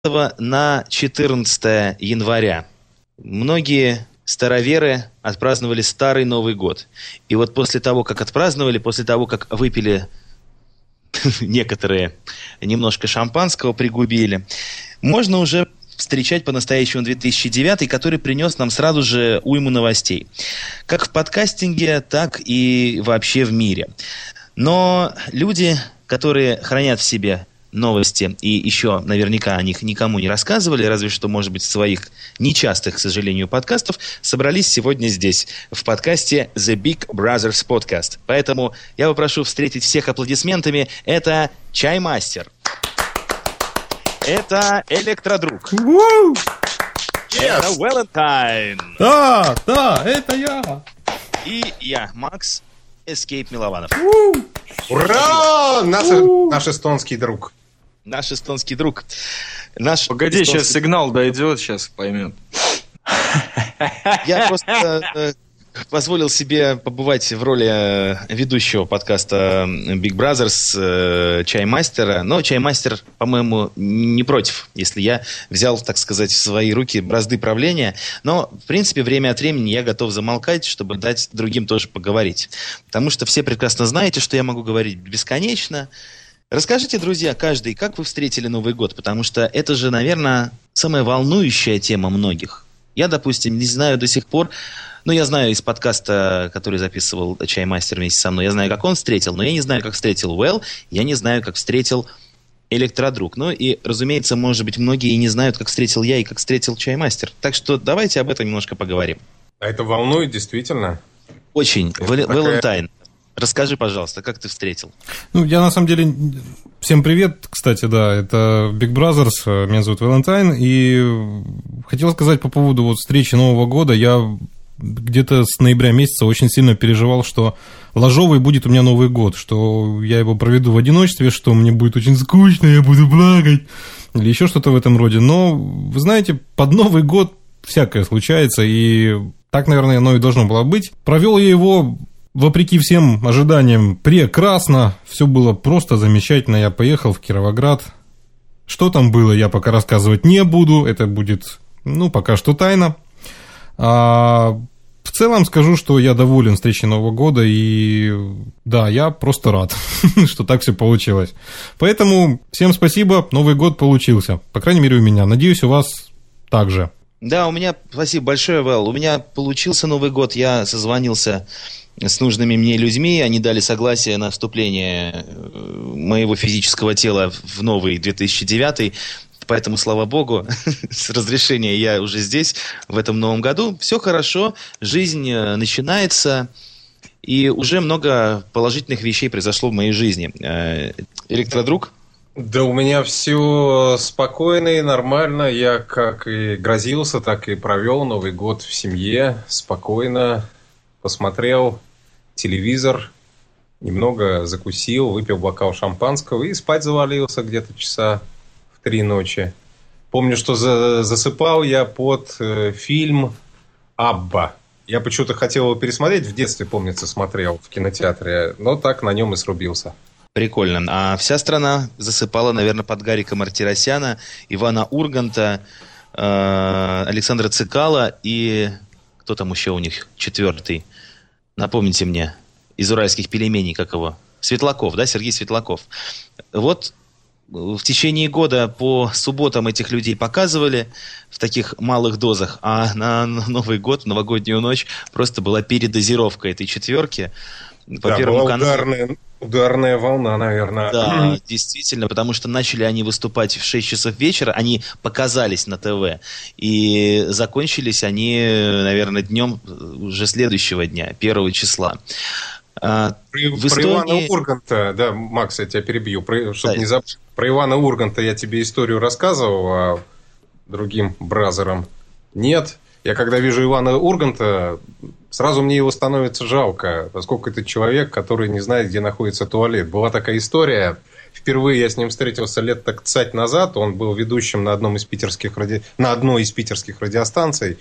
на 14 января многие староверы отпраздновали Старый Новый год. И вот после того, как отпраздновали, после того, как выпили некоторые немножко шампанского, пригубили, можно уже встречать по-настоящему 2009, который принес нам сразу же уйму новостей. Как в подкастинге, так и вообще в мире. Но люди, которые хранят в себе новости и еще наверняка о них никому не рассказывали, разве что, может быть, в своих нечастых, к сожалению, подкастов, собрались сегодня здесь, в подкасте The Big Brothers Podcast. Поэтому я попрошу встретить всех аплодисментами. Это Чаймастер. Это Электродруг. Это Валентайн. Да, это я. И я, Макс Escape Милованов. Ура! Наш эстонский друг. Наш эстонский друг. Погоди, сейчас сигнал дойдет, сейчас поймет. Я просто позволил себе побывать в роли ведущего подкаста Big Brothers Чаймастера. Но Чаймастер, по-моему, не против, если я взял, так сказать, в свои руки бразды правления. Но, в принципе, время от времени я готов замолкать, чтобы дать другим тоже поговорить. Потому что все прекрасно знаете, что я могу говорить бесконечно. Расскажите, друзья, каждый, как вы встретили Новый год? Потому что это же, наверное, самая волнующая тема многих. Я, допустим, не знаю до сих пор. Ну, я знаю из подкаста, который записывал Чаймастер вместе со мной, я знаю, как он встретил, но я не знаю, как встретил Уэлл, я не знаю, как встретил Электродруг. Ну, и, разумеется, может быть, многие и не знают, как встретил я и как встретил Чаймастер. Так что давайте об этом немножко поговорим. А это волнует, действительно? Очень. Валентайн, расскажи, пожалуйста, как ты встретил? Ну, я, на самом деле... Всем привет, кстати, да, это Big Brothers, меня зовут Валентайн, и хотел сказать по поводу вот встречи Нового года. Я где-то с ноября месяца очень сильно переживал, что ложовый будет у меня Новый год, что я его проведу в одиночестве, что мне будет очень скучно, я буду плакать, или еще что-то в этом роде. Но, вы знаете, под Новый год всякое случается, и так, наверное, оно и должно было быть. Провел я его, вопреки всем ожиданиям, прекрасно, все было просто замечательно. Я поехал в Кировоград. Что там было, я пока рассказывать не буду, это будет, пока что тайна. В целом скажу, что я доволен встречей Нового года, и да, я просто рад, что так все получилось. Поэтому всем спасибо, Новый год получился, по крайней мере у меня. Надеюсь, у вас также. Да, у меня, спасибо большое, Вэл, у меня получился Новый год, я созвонился с нужными мне людьми, они дали согласие на вступление моего физического тела в новый 2009. Поэтому, слава богу, с разрешения я уже здесь, в этом новом году. Все хорошо, жизнь начинается, и уже много положительных вещей произошло в моей жизни. Электродруг? Да у меня все спокойно и нормально. Я как и грозился, так и провел Новый год в семье. Спокойно посмотрел телевизор, немного закусил, выпил бокал шампанского и спать завалился где-то часа 3 ночи. Помню, что засыпал я под фильм «Абба». Я почему-то хотел его пересмотреть, в детстве, помнится, смотрел в кинотеатре, но так на нем и срубился. Прикольно. А вся страна засыпала, наверное, под Гарика Мартиросяна, Ивана Урганта, Александра Цикало и... Кто там еще у них четвертый? Напомните мне. Из «Уральских пельменей», как его? Светлаков, да? Сергей Светлаков. Вот в течение года по субботам этих людей показывали в таких малых дозах, а на Новый год, в новогоднюю ночь просто была передозировка этой четверки. По Первому каналу. Ударная волна, наверное. Да, действительно, потому что начали они выступать в 6 часов вечера, они показались на ТВ, и закончились они, наверное, днем уже следующего дня, 1 числа. Про Ивана Урганта, да, Макс, я тебя перебью, чтобы не забыть. Про Ивана Урганта я тебе историю рассказывал, а другим бразерам нет. Я когда вижу Ивана Урганта, сразу мне его становится жалко, поскольку это человек, который не знает, где находится туалет. Была такая история. Впервые я с ним встретился лет так 20 назад. Он был ведущим на одной из питерских радиостанций.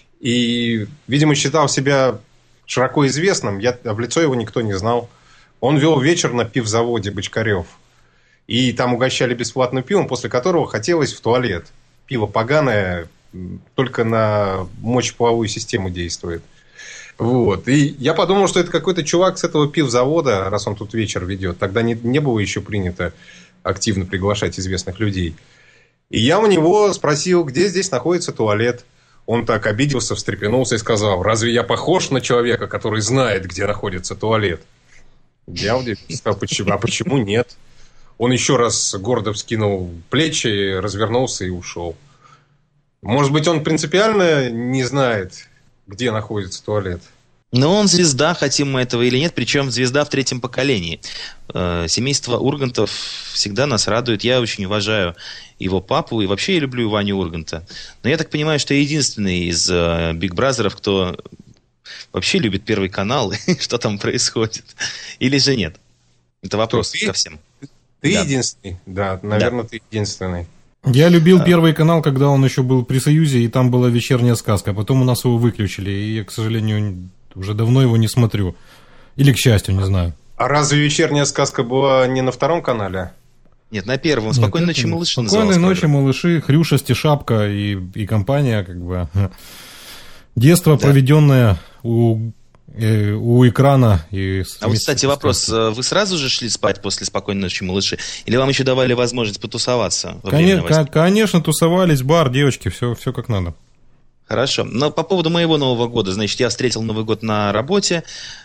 И, видимо, считал себя широко известным. В лицо его никто не знал. Он вел вечер на пивзаводе Бочкарев. И там угощали бесплатным пивом, после которого хотелось в туалет. Пиво поганое, только на мочеполовую систему действует. Вот. И я подумал, что это какой-то чувак с этого пивзавода, раз он тут вечер ведет. Тогда не было еще принято активно приглашать известных людей. И я у него спросил, где здесь находится туалет. Он так обиделся, встрепенулся и сказал: разве я похож на человека, который знает, где находится туалет? Я удивился, а почему нет? Он еще раз гордо вскинул плечи, развернулся и ушел. Может быть, он принципиально не знает, где находится туалет? Но он звезда, хотим мы этого или нет, причем звезда в третьем поколении. Семейство Ургантов всегда нас радует. Я очень уважаю его папу и вообще я люблю Ваню Урганта. Но я так понимаю, что я единственный из Биг Бразеров, кто вообще любит Первый канал и что там происходит. Или же нет? Это вопрос ко всем. Ты единственный? Да, наверное, ты единственный. Я любил Первый канал, когда он еще был при Союзе, и там была вечерняя сказка. Потом у нас его выключили, и я, к сожалению, уже давно его не смотрю. Или, к счастью, не знаю. А разве вечерняя сказка была не на Втором канале? Нет, на Первом. «Спокойной ночи, малыши» называлась. «Спокойной ночи, малыши», Хрюша, Стишапка и компания, как бы. Детство, проведенное у экрана. А вот, кстати, вопрос. Вы сразу же шли спать после «Спокойной ночи, малыши»? Или вам еще давали возможность потусоваться? Конечно, тусовались, бар, девочки, все как надо. Хорошо. Но по поводу моего Нового года. Значит, я встретил Новый год на работе.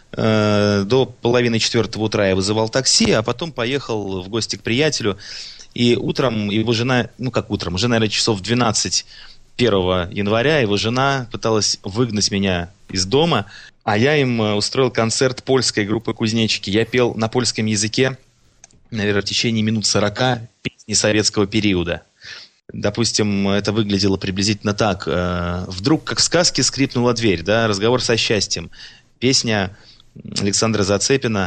До 3:30 утра я вызывал такси, а потом поехал в гости к приятелю. И утром его жена, уже, наверное, часов в 12 1 января его жена пыталась выгнать меня из дома, а я им устроил концерт польской группы «Кузнечики». Я пел на польском языке, наверное, в течение минут 40 песни советского периода. Допустим, это выглядело приблизительно так. Вдруг, как в сказке, скрипнула дверь, да, разговор со счастьем. Песня Александра Зацепина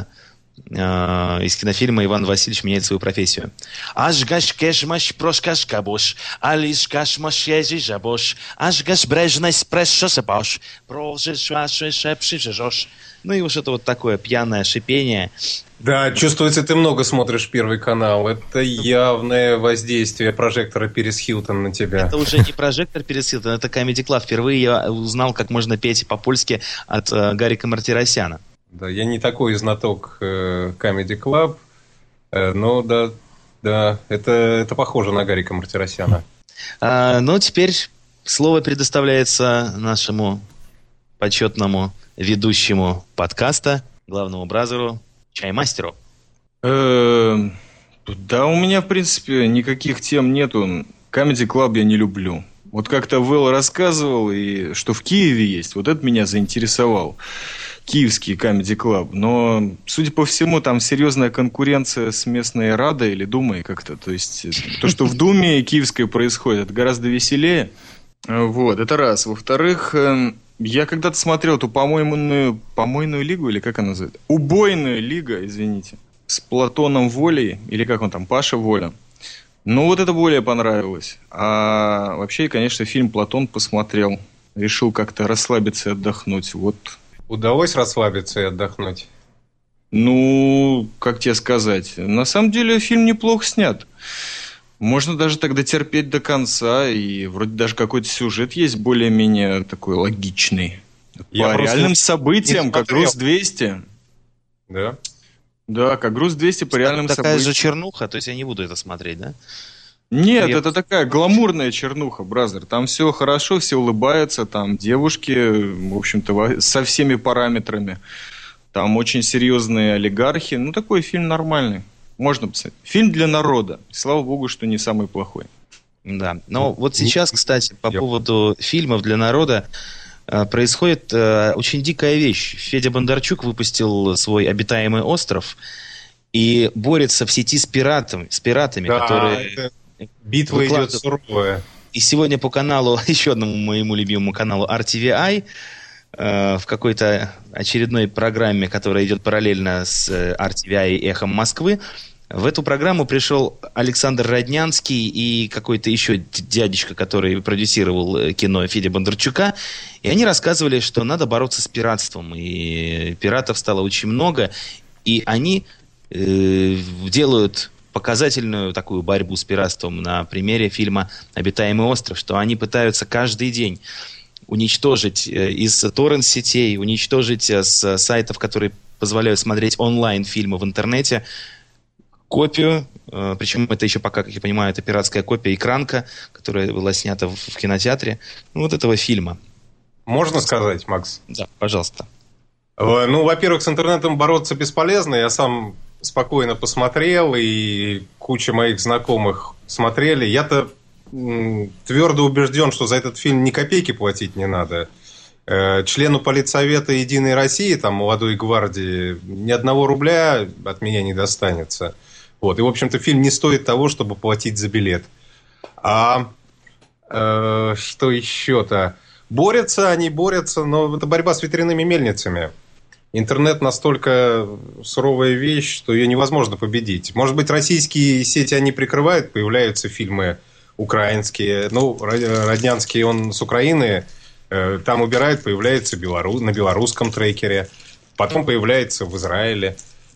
из кинофильма «Иван Васильевич меняет свою профессию». «Аж гаш кешмаш прошкаш кабош, алиш кашмаш ежи жабош, аж гаш брежность прешшосепаш, прожишь ваши шепши жжешь». Ну и уж это вот такое пьяное шипение. Да, чувствуется, ты много смотришь Первый канал. Это явное воздействие прожектора Перис Хилтон на тебя. Это уже не прожектор Перис Хилтон, это Comedy Club. Впервые я узнал, как можно петь по-польски от Гарика Мартиросяна. Да, я не такой знаток Comedy Club, но да, это похоже на Гарика Мартиросяна. Ну, теперь слово предоставляется нашему почетному ведущему подкаста, главному бразеру, чаймастеру. Да, у меня, в принципе, никаких тем нету. Comedy Club я не люблю. Вот как-то Вэл рассказывал, и что в Киеве есть, вот это меня заинтересовал. Киевский Comedy Club. Но, судя по всему, там серьезная конкуренция с местной Радой или Думой как-то. То есть, то, что в Думе киевской происходит, это гораздо веселее. Вот, это раз. Во-вторых, я когда-то смотрел эту помойную лигу, или как она называется? Убойную лигу, извините. С Платоном Волей, или как он там, Паша Воля. Ну, вот это более понравилось. А вообще, конечно, фильм «Платон» посмотрел. Решил как-то расслабиться и отдохнуть. Вот. Удалось расслабиться и отдохнуть? Ну, как тебе сказать? На самом деле, фильм неплохо снят. Можно даже тогда терпеть до конца. И вроде даже какой-то сюжет есть более-менее такой логичный. По реальным событиям, как «Груз-200». Да? Да, как «Груз-200» по реальным событиям. Такая же чернуха, то есть я не буду это смотреть, да? Нет, это такая гламурная чернуха, бразер. Там все хорошо, все улыбаются, там девушки, в общем-то, со всеми параметрами. Там очень серьезные олигархи. Ну, такой фильм нормальный. Можно посмотреть. Фильм для народа. Слава богу, что не самый плохой. Да, но вот сейчас, кстати, по поводу фильмов для народа происходит очень дикая вещь. Федя Бондарчук выпустил свой «Обитаемый остров» и борется в сети с пиратами, да, которые... Битва идет суровая. И сегодня по каналу, еще одному моему любимому каналу RTVI, в какой-то очередной программе, которая идет параллельно с RTVI и «Эхом Москвы», в эту программу пришел Александр Роднянский и какой-то еще дядечка, который продюсировал кино Федя Бондарчука. И они рассказывали, что надо бороться с пиратством. И пиратов стало очень много. И они делают показательную такую борьбу с пиратством на примере фильма «Обитаемый остров», что они пытаются каждый день уничтожить из торрент-сетей, уничтожить с сайтов, которые позволяют смотреть онлайн фильмы в интернете, копию, причем это еще пока, как я понимаю, это пиратская копия экранка, которая была снята в кинотеатре, вот этого фильма. Можно сказать, Макс? Да, пожалуйста. Ну, во-первых, с интернетом бороться бесполезно. Я сам спокойно посмотрел, и куча моих знакомых смотрели. Я-то твердо убежден, что за этот фильм ни копейки платить не надо. Члену политсовета «Единой России», там, молодой гвардии, ни одного рубля от меня не достанется. Вот. И, в общем-то, фильм не стоит того, чтобы платить за билет. А что еще-то? Борются они, но это борьба с ветряными мельницами. Интернет настолько суровая вещь, что ее невозможно победить. Может быть, российские сети они прикрывают, появляются фильмы украинские. Ну, Роднянский, он с Украины, там убирают, появляется на белорусском трекере. Потом появляется в Израиле,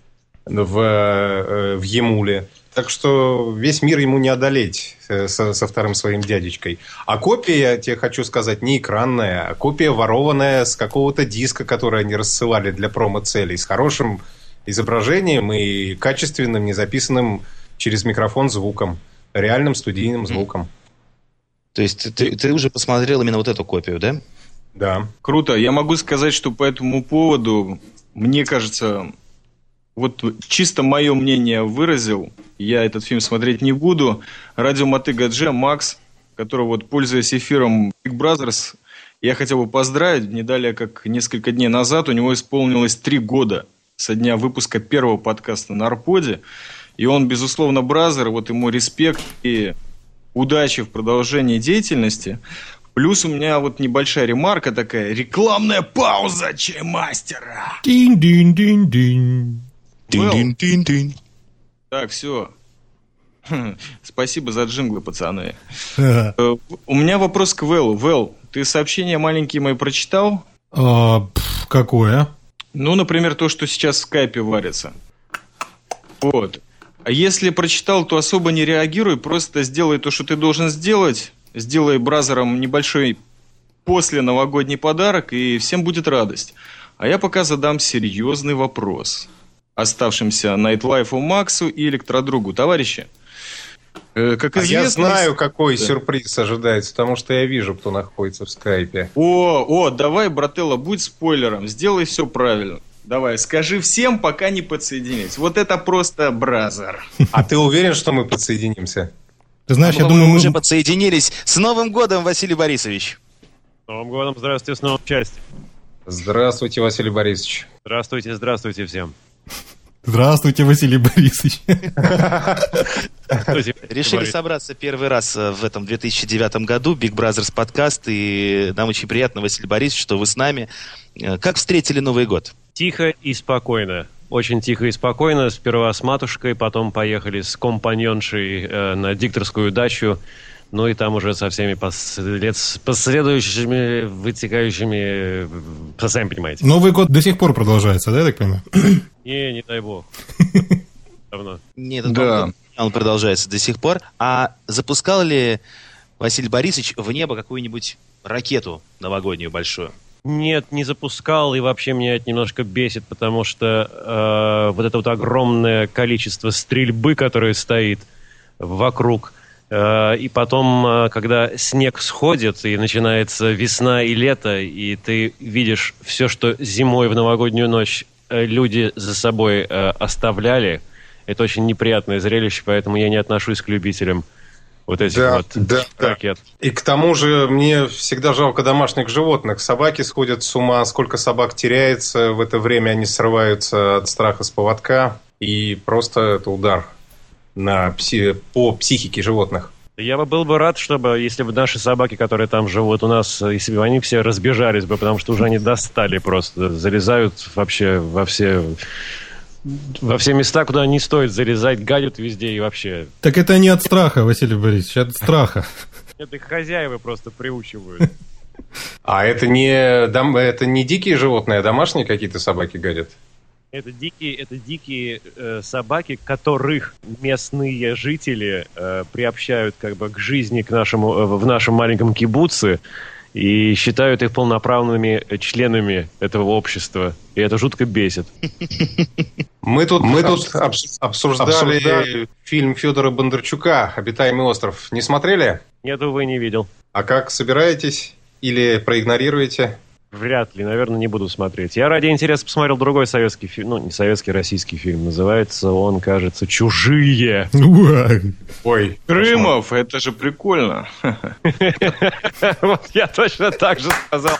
в Емуле. Так что весь мир ему не одолеть со вторым своим дядечкой. А копия, я тебе хочу сказать, не экранная, а копия ворованная с какого-то диска, который они рассылали для промо-целей, с хорошим изображением и качественным, не записанным через микрофон звуком, реальным студийным звуком. То есть ты уже посмотрел именно вот эту копию, да? Да. Круто. Я могу сказать, что по этому поводу, мне кажется, вот чисто мое мнение выразил, я этот фильм смотреть не буду. Радио Мотыга Дже, Макс, который, вот, пользуясь эфиром Big Brothers, я хотел бы поздравить. Не далее, как несколько дней назад, у него исполнилось 3 года со дня выпуска первого подкаста на Арподе. И он, безусловно, бразер, вот ему респект и удачи в продолжении деятельности. Плюс у меня вот небольшая ремарка такая. Рекламная пауза Чаймастера. Динь-динь-динь-динь. Динь-динь-динь-динь. Так, все. Спасибо за джинглы, пацаны. У меня вопрос к Вэллу. Вэлл, ты сообщения маленькие мои прочитал? Какое? Ну, например, то, что сейчас в скайпе варится. Вот. А если прочитал, то особо не реагируй, просто сделай то, что ты должен сделать. Сделай бразерам небольшой после новогодний подарок, и всем будет радость. А я пока задам серьезный вопрос оставшимся Найтлайфу Максу и Электродругу. Товарищи, как известно... я знаю, какой сюрприз ожидается, потому что я вижу, кто находится в скайпе. Давай, брателло, будь спойлером, сделай все правильно. Давай, скажи всем, пока не подсоединись. Вот это просто бразер. А ты уверен, что мы подсоединимся? Ты знаешь, я думаю, мы уже подсоединились. С Новым годом, Василий Борисович! С Новым годом, здравствуйте, с новым счастьем. Здравствуйте, Василий Борисович. Здравствуйте всем. Здравствуйте, Василий Борисович. Решили собраться первый раз в этом 2009 году, Big Brothers подкаст, и нам очень приятно, Василий Борисович, что вы с нами. Как встретили Новый год? Тихо и спокойно. Очень тихо и спокойно. Сперва с матушкой, потом поехали с компаньоншей на дикторскую дачу. Ну и там уже со всеми последующими, вытекающими, сами понимаете. Новый год до сих пор продолжается, да, я так понимаю? Не дай бог. Давно. Нет, он продолжается до сих пор. А запускал ли Василий Борисович в небо какую-нибудь ракету новогоднюю большую? Нет, не запускал, и вообще меня это немножко бесит, потому что вот это вот огромное количество стрельбы, которое стоит вокруг, и потом, когда снег сходит, и начинается весна и лето, и ты видишь все, что зимой в новогоднюю ночь люди за собой оставляли, это очень неприятное зрелище, поэтому я не отношусь к любителям вот этих ракет. И к тому же мне всегда жалко домашних животных. Собаки сходят с ума, сколько собак теряется, в это время они срываются от страха с поводка, и просто это удар по психике животных. Я был бы рад, если бы наши собаки, которые там живут у нас, если бы они все разбежались бы, потому что уже они достали просто, залезают вообще во все места, куда не стоит залезать, гадят везде и вообще. Так это не от страха, Василий Борисович, от страха. Это их хозяева просто приучивают. А это не дикие животные, а домашние какие-то собаки гадят? Это дикие собаки, которых местные жители приобщают как бы к жизни в нашем маленьком кибуце и считают их полноправными членами этого общества. И это жутко бесит. Мы тут обсуждали фильм Федора Бондарчука «Обитаемый остров». Не смотрели? Нет, увы, не видел. А как, собираетесь или проигнорируете? Вряд ли, наверное, не буду смотреть. Я ради интереса посмотрел другой советский фильм, ну, не советский, российский фильм. Называется он, кажется, «Чужие». Ой, Крымов, это же прикольно. Вот я точно так же сказал.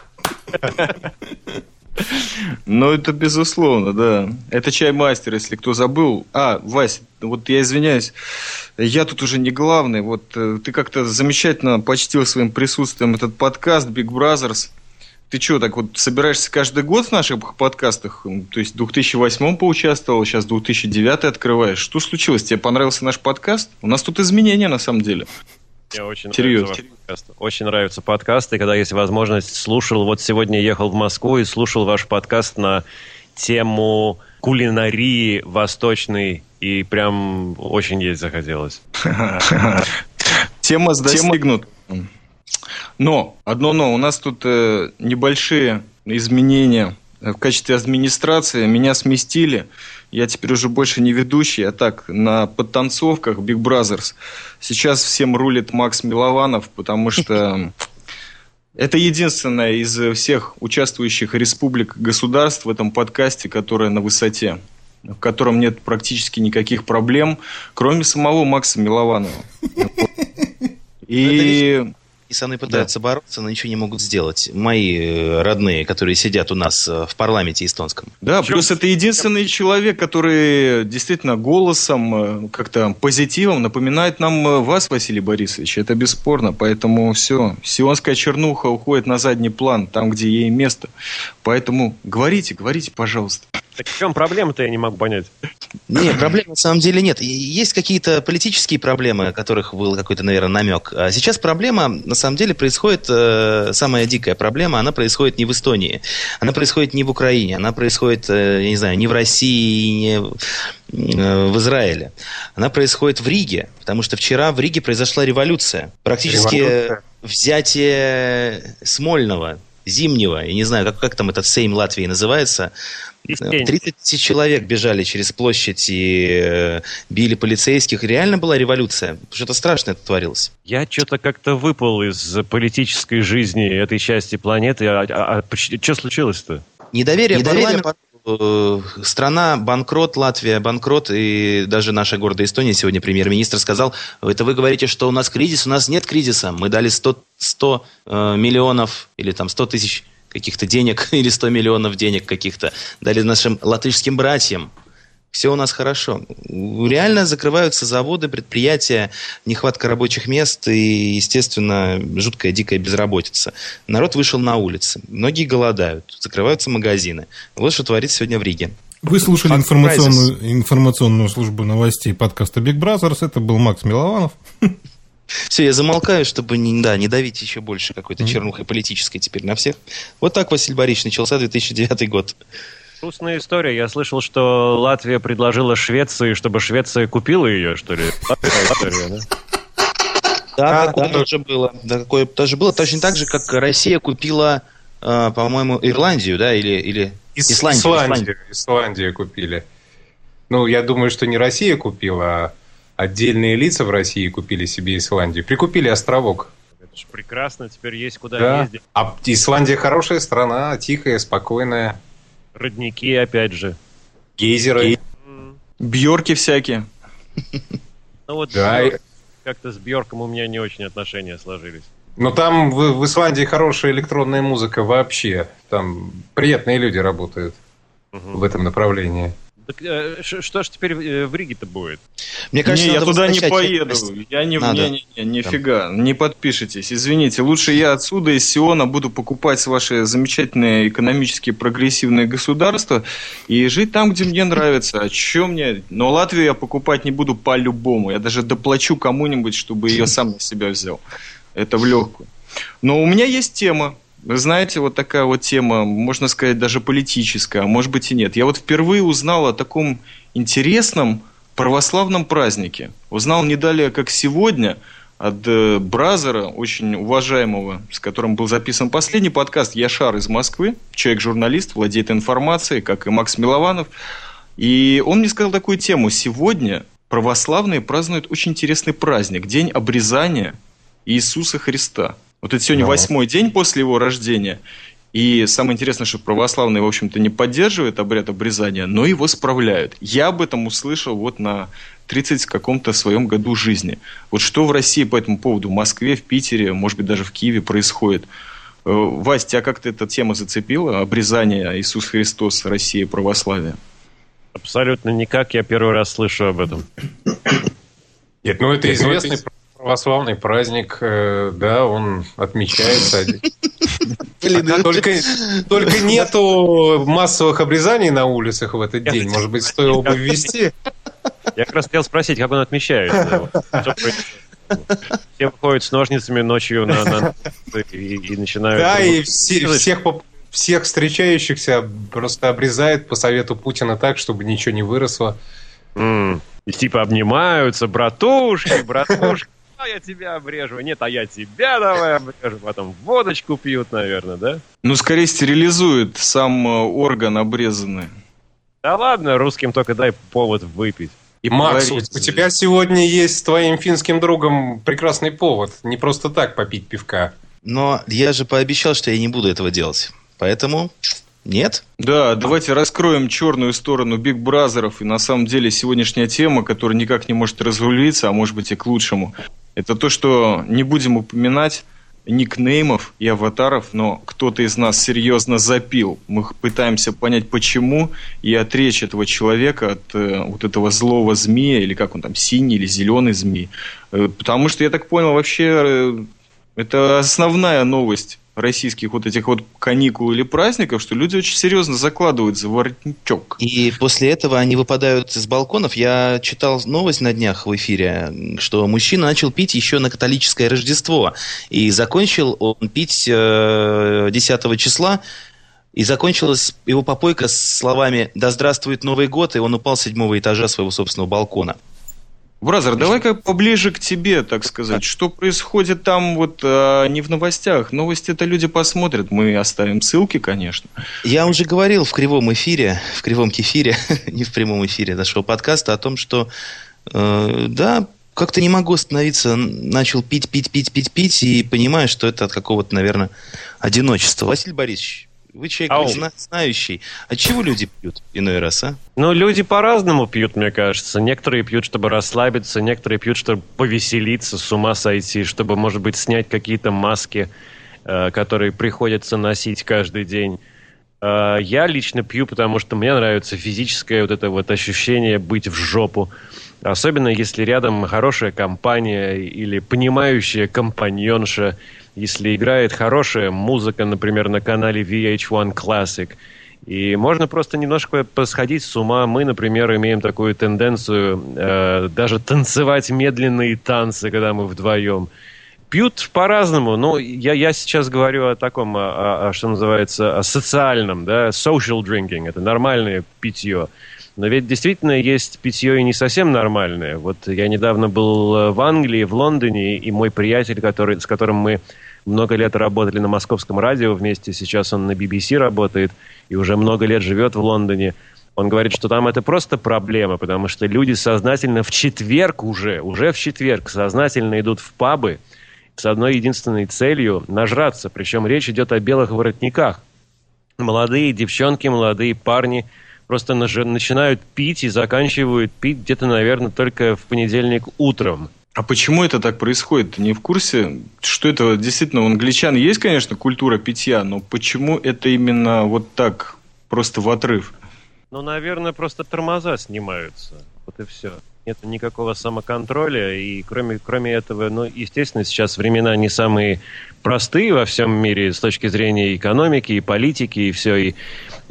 Ну, это безусловно, да. Это «Чаймастер», если кто забыл. Вась, вот я извиняюсь, я тут уже не главный. Вот ты как-то замечательно почтил своим присутствием этот подкаст «Big Brothers». Ты что, так вот собираешься каждый год в наших подкастах? То есть в 2008 поучаствовал, сейчас 2009 открываешь. Что случилось? Тебе понравился наш подкаст? У нас тут изменения на самом деле. Мне очень нравится ваш подкаст. Очень нравятся подкасты, и когда есть возможность, слушал. Вот сегодня ехал в Москву и слушал ваш подкаст на тему кулинарии восточной, и прям очень есть захотелось. Тема достигнута. Но, одно но, у нас тут небольшие изменения в качестве администрации. Меня сместили. Я теперь уже больше не ведущий, а так, на подтанцовках Big Brothers. Сейчас всем рулит Макс Милованов, потому что это единственное из всех участвующих республик государств в этом подкасте, которое на высоте, в котором нет практически никаких проблем, кроме самого Макса Милованова. И со мной пытаются бороться, но ничего не могут сделать. Мои родные, которые сидят у нас в парламенте эстонском. Да, плюс это единственный человек, который действительно голосом, как-то позитивом напоминает нам вас, Василий Борисович. Это бесспорно. Поэтому все. Сионская чернуха уходит на задний план, там, где ей место. Поэтому говорите, пожалуйста. Так в чем проблема-то, я не могу понять. Нет, проблем на самом деле нет. Есть какие-то политические проблемы, о которых был какой-то, наверное, намек. А сейчас проблема, на самом деле, происходит, самая дикая проблема, она происходит не в Эстонии, она происходит не в Украине, она происходит, я не знаю, не в России, не в Израиле. Она происходит в Риге, потому что вчера в Риге произошла революция. Практически взятие Смольного, Зимнего, я не знаю, как там этот Сейм Латвии называется. 30 тысяч человек бежали через площадь и били полицейских. Реально была революция. Что-то страшное творилось. Я что-то как-то выпал из политической жизни этой части планеты. Что случилось-то? Недоверие парламенту. Страна банкрот, Латвия банкрот, и даже наша гордая Эстония сегодня премьер-министр сказал: это вы говорите, что у нас кризис, у нас нет кризиса. Мы дали 100 миллионов или там 100 тысяч каких-то денег или 100 миллионов денег каких-то дали нашим латышским братьям. Все у нас хорошо. Реально закрываются заводы, предприятия, нехватка рабочих мест и, естественно, жуткая дикая безработица. Народ вышел на улицы. Многие голодают. Закрываются магазины. Вот что творится сегодня в Риге. Вы слушали информационную службу новостей подкаста Big Brothers. Это был Макс Милованов. Все, я замолкаю, чтобы не давить еще больше какой-то чернухой политической теперь на всех. Вот так, Василий Борисович, начался 2009 год. Грустная история. Я слышал, что Латвия предложила Швеции, чтобы Швеция купила ее, что ли? Да, такое тоже было. Да, такое тоже было. Точно так же, как Россия купила, по-моему, Ирландию, да, или Исландию. Исландию купили. Ну, я думаю, что не Россия купила, а отдельные лица в России купили себе Исландию. Прикупили островок. Это же прекрасно, теперь есть куда ездить. А Исландия хорошая страна, тихая, спокойная. Родники, опять же. Гейзеры. Бьорки всякие. Ну вот как-то с Бьорком у меня не очень отношения сложились. Но там в Исландии хорошая электронная музыка вообще. Там приятные люди работают в этом направлении. Так что ж теперь в Риге-то будет? Мне кажется, я туда не поеду. Нифига, не подпишитесь. Извините, лучше я отсюда, из Сиона, буду покупать ваши замечательные экономические прогрессивные государства и жить там, где мне нравится. А что мне? Но Латвию я покупать не буду по-любому. Я даже доплачу кому-нибудь, чтобы ее сам на себя взял. Это в легкую. Но у меня есть тема. Вы знаете, вот такая вот тема, можно сказать, даже политическая, а может быть и нет. Я вот впервые узнал о таком интересном православном празднике. Узнал не далее, как сегодня, от Бразера, очень уважаемого, с которым был записан последний подкаст, Яшар из Москвы, человек-журналист, владеет информацией, как и Макс Милованов. И он мне сказал такую тему. Сегодня православные празднуют очень интересный праздник, День обрезания Иисуса Христа. Вот это сегодня 8-й день после его рождения. И самое интересное, что православные, в общем-то, не поддерживают обряд обрезания, но его справляют. Я об этом услышал вот на 30 каком-то своем году жизни. Вот что в России по этому поводу, в Москве, в Питере, может быть, даже в Киеве происходит? Вась, тебя как-то эта тема зацепила? Обрезание Иисус Христос, Россия, православие? Абсолютно никак. Я первый раз слышу об этом. Нет, ну это известный православный праздник, да, он отмечается. Только нету массовых обрезаний на улицах в этот день. Может быть, стоило бы ввести? Я как раз хотел спросить, как он отмечается. Все выходят с ножницами ночью и начинают... Да, и всех встречающихся просто обрезают по совету Путина так, чтобы ничего не выросло. И типа обнимаются, братушки, а я тебя обрежу. Нет, а я тебя давай обрежу. Потом водочку пьют, наверное, да? Ну, скорее стерилизует сам орган обрезанный. Да ладно, русским только дай повод выпить. И, Макс, у тебя сегодня есть с твоим финским другом прекрасный повод. Не просто так попить пивка. Но я же пообещал, что я не буду этого делать. Поэтому... Нет? Да, давайте раскроем черную сторону Биг Бразеров. И на самом деле сегодняшняя тема, которая никак не может разрулиться, а может быть и к лучшему, это то, что не будем упоминать никнеймов и аватаров, но кто-то из нас серьезно запил. Мы пытаемся понять, почему, и отречь этого человека от вот этого злого змея, или как он там, синий или зеленый змей. Потому что, я так понял, вообще это основная новость российских вот этих вот каникул или праздников, что люди очень серьезно закладывают за воротничок. И после этого они выпадают с балконов. Я читал новость на днях в эфире, что мужчина начал пить еще на католическое Рождество. И закончил он пить 10 числа. И закончилась его попойка с словами «Да здравствует Новый год», и он упал с 7-го этажа своего собственного балкона. Бразер, давай-ка поближе к тебе, так сказать. Что происходит там вот не в новостях? Новости-то люди посмотрят. Мы оставим ссылки, конечно. Я уже говорил в кривом эфире, в кривом кефире, не в прямом эфире нашего подкаста, о том, что да, как-то не могу остановиться. Начал пить, и понимаю, что это от какого-то, наверное, одиночества. Василий Борисович, вы человек знающий. А чего люди пьют иной раз, а? Ну, люди по-разному пьют, мне кажется. Некоторые пьют, чтобы расслабиться, некоторые пьют, чтобы повеселиться, с ума сойти, чтобы, может быть, снять какие-то маски, которые приходится носить каждый день. Я лично пью, потому что мне нравится физическое вот это вот ощущение быть в жопу. Особенно, если рядом хорошая компания или понимающая компаньонша, если играет хорошая музыка, например, на канале VH1 Classic. И можно просто немножко посходить с ума. Мы, например, имеем такую тенденцию даже танцевать медленные танцы, когда мы вдвоем. Пьют по-разному. Ну, я сейчас говорю о таком, что называется, о социальном, да, social drinking. Это нормальное питье. Но ведь действительно есть питье и не совсем нормальное. Вот я недавно был в Англии, в Лондоне, и мой приятель, с которым мы много лет работали на московском радио вместе, сейчас он на BBC работает и уже много лет живет в Лондоне. Он говорит, что там это просто проблема, потому что люди сознательно в четверг уже в четверг сознательно идут в пабы с одной единственной целью – нажраться. Причем речь идет о белых воротниках. Молодые девчонки, молодые парни просто начинают пить и заканчивают пить где-то, наверное, только в понедельник утром. А почему это так происходит? Ты не в курсе? Что это действительно у англичан есть, конечно, культура питья, но почему это именно вот так, просто в отрыв? Ну, наверное, просто тормоза снимаются. Вот и все. Нет никакого самоконтроля, и кроме этого, ну, естественно, сейчас времена не самые простые во всем мире с точки зрения экономики и политики, и все, и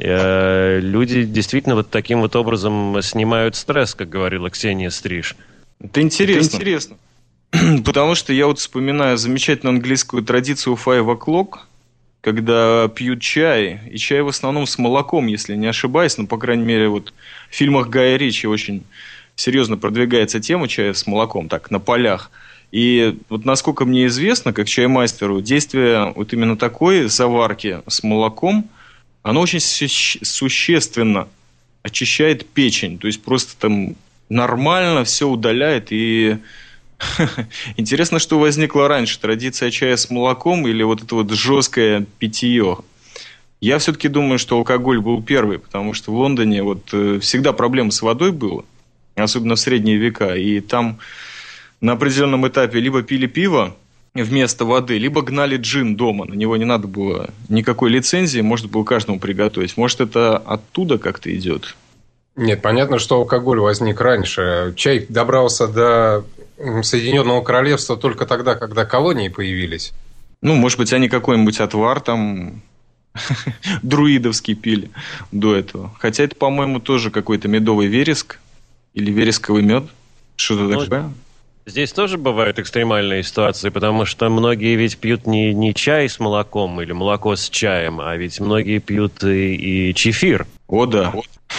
люди действительно вот таким вот образом снимают стресс, как говорила Ксения Стриж. Это интересно. Потому что я вот вспоминаю замечательную английскую традицию 5 o'clock, когда пьют чай, и чай в основном с молоком, если не ошибаюсь, но, по крайней мере, вот в фильмах Гая Ричи очень серьезно продвигается тема чая с молоком, так, на полях. И вот насколько мне известно, как чаймастеру, действие вот именно такой заварки с молоком, оно очень существенно очищает печень. То есть просто там нормально все удаляет. И интересно, что возникло раньше, традиция чая с молоком или вот это вот жесткое питье. Я все-таки думаю, что алкоголь был первый, потому что в Лондоне вот всегда проблема с водой была, особенно в средние века. И там на определенном этапе либо пили пиво вместо воды, либо гнали джин дома. На него не надо было никакой лицензии, можно было каждому приготовить. Может, это оттуда как-то идет? Нет, понятно, что алкоголь возник раньше. Чай добрался до Соединенного Королевства только тогда, когда колонии появились. Ну, может быть, они какой-нибудь отвар там друидовский пили до этого. Хотя это, по-моему, тоже какой-то медовый вереск или вересковый мед. Что-то такое. Здесь тоже бывают экстремальные ситуации, потому что многие ведь пьют не чай с молоком или молоко с чаем, а ведь многие пьют и чефир. О, да.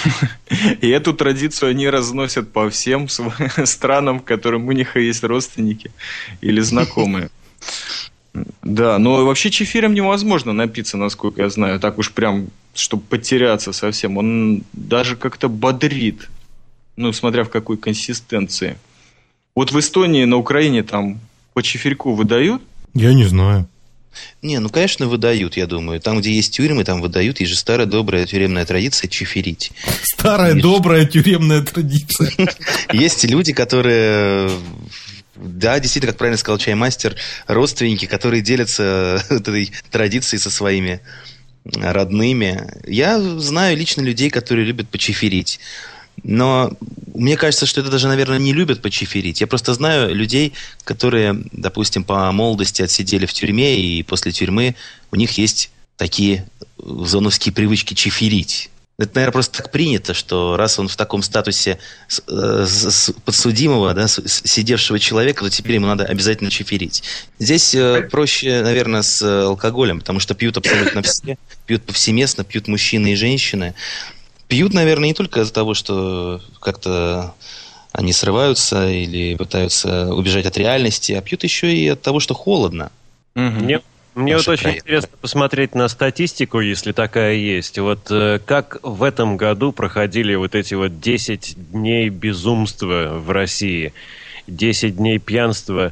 И эту традицию они разносят по всем странам, в которых у них есть родственники или знакомые. Да, но вообще чефиром невозможно напиться, насколько я знаю, так уж прям, чтобы потеряться совсем. Он даже как-то бодрит, ну, смотря в какой консистенции. Вот в Эстонии, на Украине там по чефирьку выдают? Я не знаю. Не, ну, конечно, выдают, я думаю. Там, где есть тюрьмы, там выдают. Есть же старая добрая тюремная традиция чефирить. Старая добрая тюремная традиция. Есть люди, которые... Да, действительно, как правильно сказал чаймастер, родственники, которые делятся этой традицией со своими родными. Я знаю лично людей, которые любят почефирить. Но мне кажется, что это даже, наверное, не любят почефирить. Я просто знаю людей, которые, допустим, по молодости отсидели в тюрьме, и после тюрьмы у них есть такие зоновские привычки чефирить. Это, наверное, просто так принято, что раз он в таком статусе подсудимого, да, сидевшего человека, то теперь ему надо обязательно чефирить. Здесь проще, наверное, с алкоголем, потому что пьют абсолютно все, пьют повсеместно, пьют мужчины и женщины. Пьют, наверное, не только из-за того, что как-то они срываются или пытаются убежать от реальности, а пьют еще и от того, что холодно. Мне вот очень интересно посмотреть на статистику, если такая есть. Вот как в этом году проходили вот эти вот 10 дней безумства в России, 10 дней пьянства,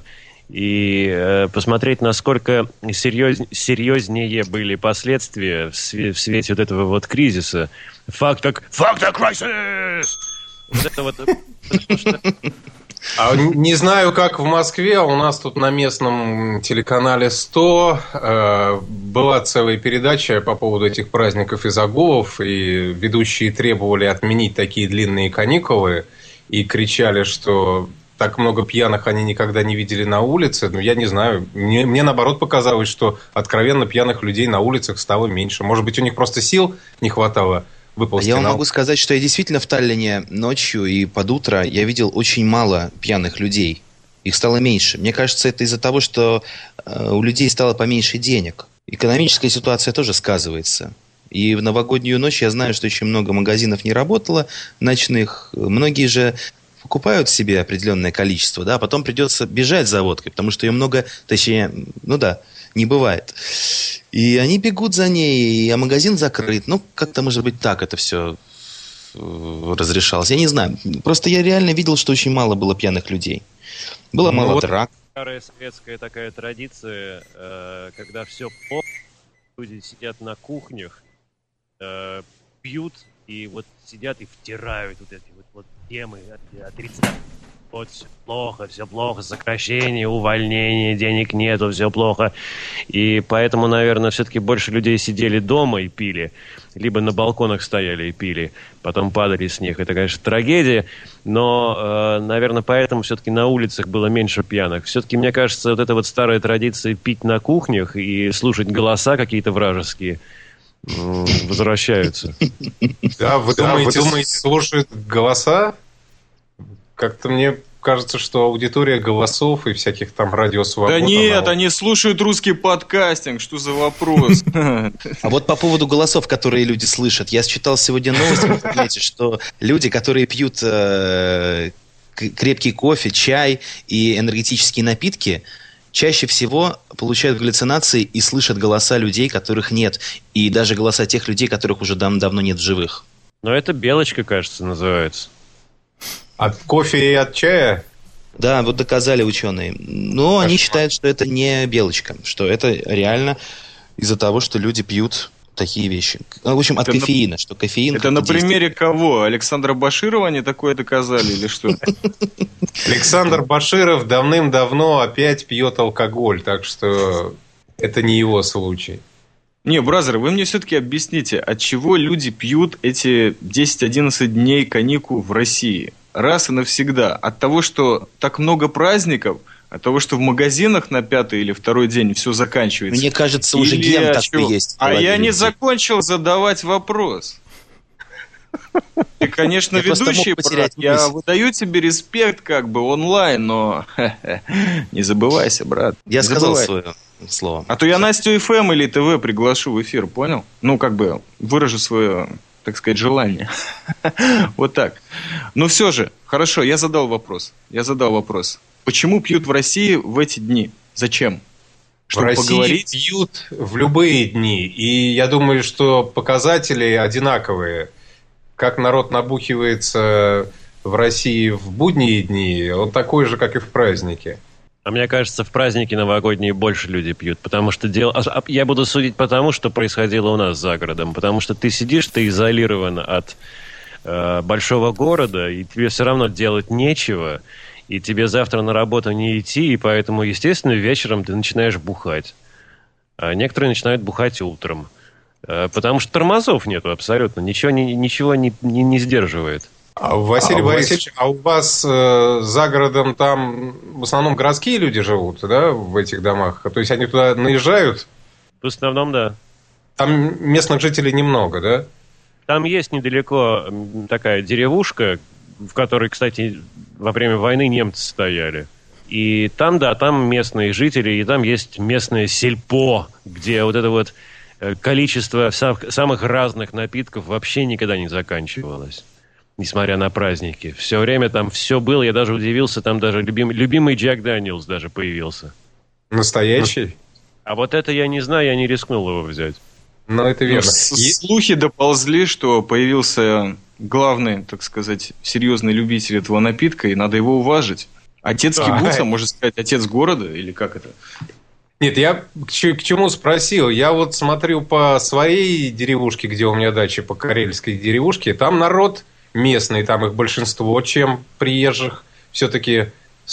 и посмотреть, насколько серьезнее были последствия в свете вот этого вот кризиса. Факта кризис! Вот это вот... Не знаю, как в Москве, у нас тут на местном телеканале 100 была целая передача по поводу этих праздников и загулов, и ведущие требовали отменить такие длинные каникулы и кричали, что так много пьяных они никогда не видели на улице. Ну, я не знаю, мне наоборот показалось, что откровенно пьяных людей на улицах стало меньше. Может быть, у них просто сил не хватало. Я вам могу сказать, что я действительно в Таллине ночью и под утро я видел очень мало пьяных людей. Их стало меньше. Мне кажется, это из-за того, что у людей стало поменьше денег. Экономическая ситуация тоже сказывается. И в новогоднюю ночь я знаю, что очень много магазинов не работало ночных. Многие же покупают себе определенное количество, да, а потом придется бежать за водкой, потому что ее много, точнее, ну да, не бывает. И они бегут за ней, а магазин закрыт. Ну, как-то, может быть, так это все разрешалось. Я не знаю. Просто я реально видел, что очень мало было пьяных людей. Было мало драк. Старая советская такая традиция, когда все плохо, люди сидят на кухнях, пьют и вот сидят и втирают вот эти вот темы отрицательные. Вот все плохо, сокращение, увольнение, денег нету, все плохо. И поэтому, наверное, все-таки больше людей сидели дома и пили, либо на балконах стояли и пили, потом падали с них. Это, конечно, трагедия, но, наверное, поэтому все-таки на улицах было меньше пьяных. Все-таки, мне кажется, вот эта вот старая традиция пить на кухнях и слушать голоса какие-то вражеские возвращаются. Да, вы думаете, слушают голоса? Как-то мне кажется, что аудитория голосов и всяких там радио Свобода. Да нет, они слушают русский подкастинг. Что за вопрос? А вот по поводу голосов, которые люди слышат. Я читал сегодня новость в интернете, что люди, которые пьют крепкий кофе, чай и энергетические напитки, чаще всего получают галлюцинации и слышат голоса людей, которых нет. И даже голоса тех людей, которых уже давно нет в живых. Но это белочка, кажется, называется. От кофе и от чая? Да, вот доказали ученые. Но они считают, что это не белочка, что это реально из-за того, что люди пьют такие вещи. В общем, от кофеина, что кофеин... Это на примере кого? Александра Баширова они такое доказали или что? Александр Баширов давным-давно опять пьет алкоголь, так что это не его случай. Не, бразер, вы мне все-таки объясните, от чего люди пьют эти 10-11 дней каникул в России? Раз и навсегда. От того, что так много праздников, от того, что в магазинах на 5-й или 2-й день все заканчивается. Мне кажется, уже ген такой есть. А я не закончил задавать вопрос. Ты, конечно, ведущий, брат, я выдаю тебе респект как бы онлайн, но не забывайся, брат. Я сказал свое слово. А то я Настю ФМ или ТВ приглашу в эфир, понял? Ну, как бы выражу свое, так сказать, желание. Вот так. Но все же, хорошо, я задал вопрос. Почему пьют в России в эти дни? Зачем? Чтобы в России поговорить? Пьют в любые дни. И я думаю, что показатели одинаковые. Как народ набухивается в России в будние дни, он такой же, как и в праздники. А мне кажется, в праздники новогодние больше люди пьют, потому что я буду судить по тому, что происходило у нас за городом, потому что ты сидишь, ты изолирован от большого города, и тебе все равно делать нечего, и тебе завтра на работу не идти, и поэтому, естественно, вечером ты начинаешь бухать. А некоторые начинают бухать утром. Потому что тормозов нету абсолютно, ничего не сдерживает. Василий Борисович, а у вас за городом там в основном городские люди живут, да, в этих домах? То есть они туда наезжают? В основном, да. Там местных жителей немного, да? Там есть недалеко такая деревушка, в которой, кстати, во время войны немцы стояли. И там, да, там местные жители, и там есть местное сельпо, где вот это вот количество самых разных напитков вообще никогда не заканчивалось. Несмотря на праздники. Все время там все было. Я даже удивился, там даже любимый Джек Дэниелс даже появился. Настоящий? А вот это я не знаю, я не рискнул его взять. Ну, это верно. Слухи доползли, что появился главный, так сказать, серьезный любитель этого напитка, и надо его уважить. Отец кибуца, можно сказать, отец города, или как это? Нет, я к чему спросил. Я вот смотрю по своей деревушке, где у меня дача, по карельской деревушке. Там народ местный, там их большинство, чем приезжих. Все-таки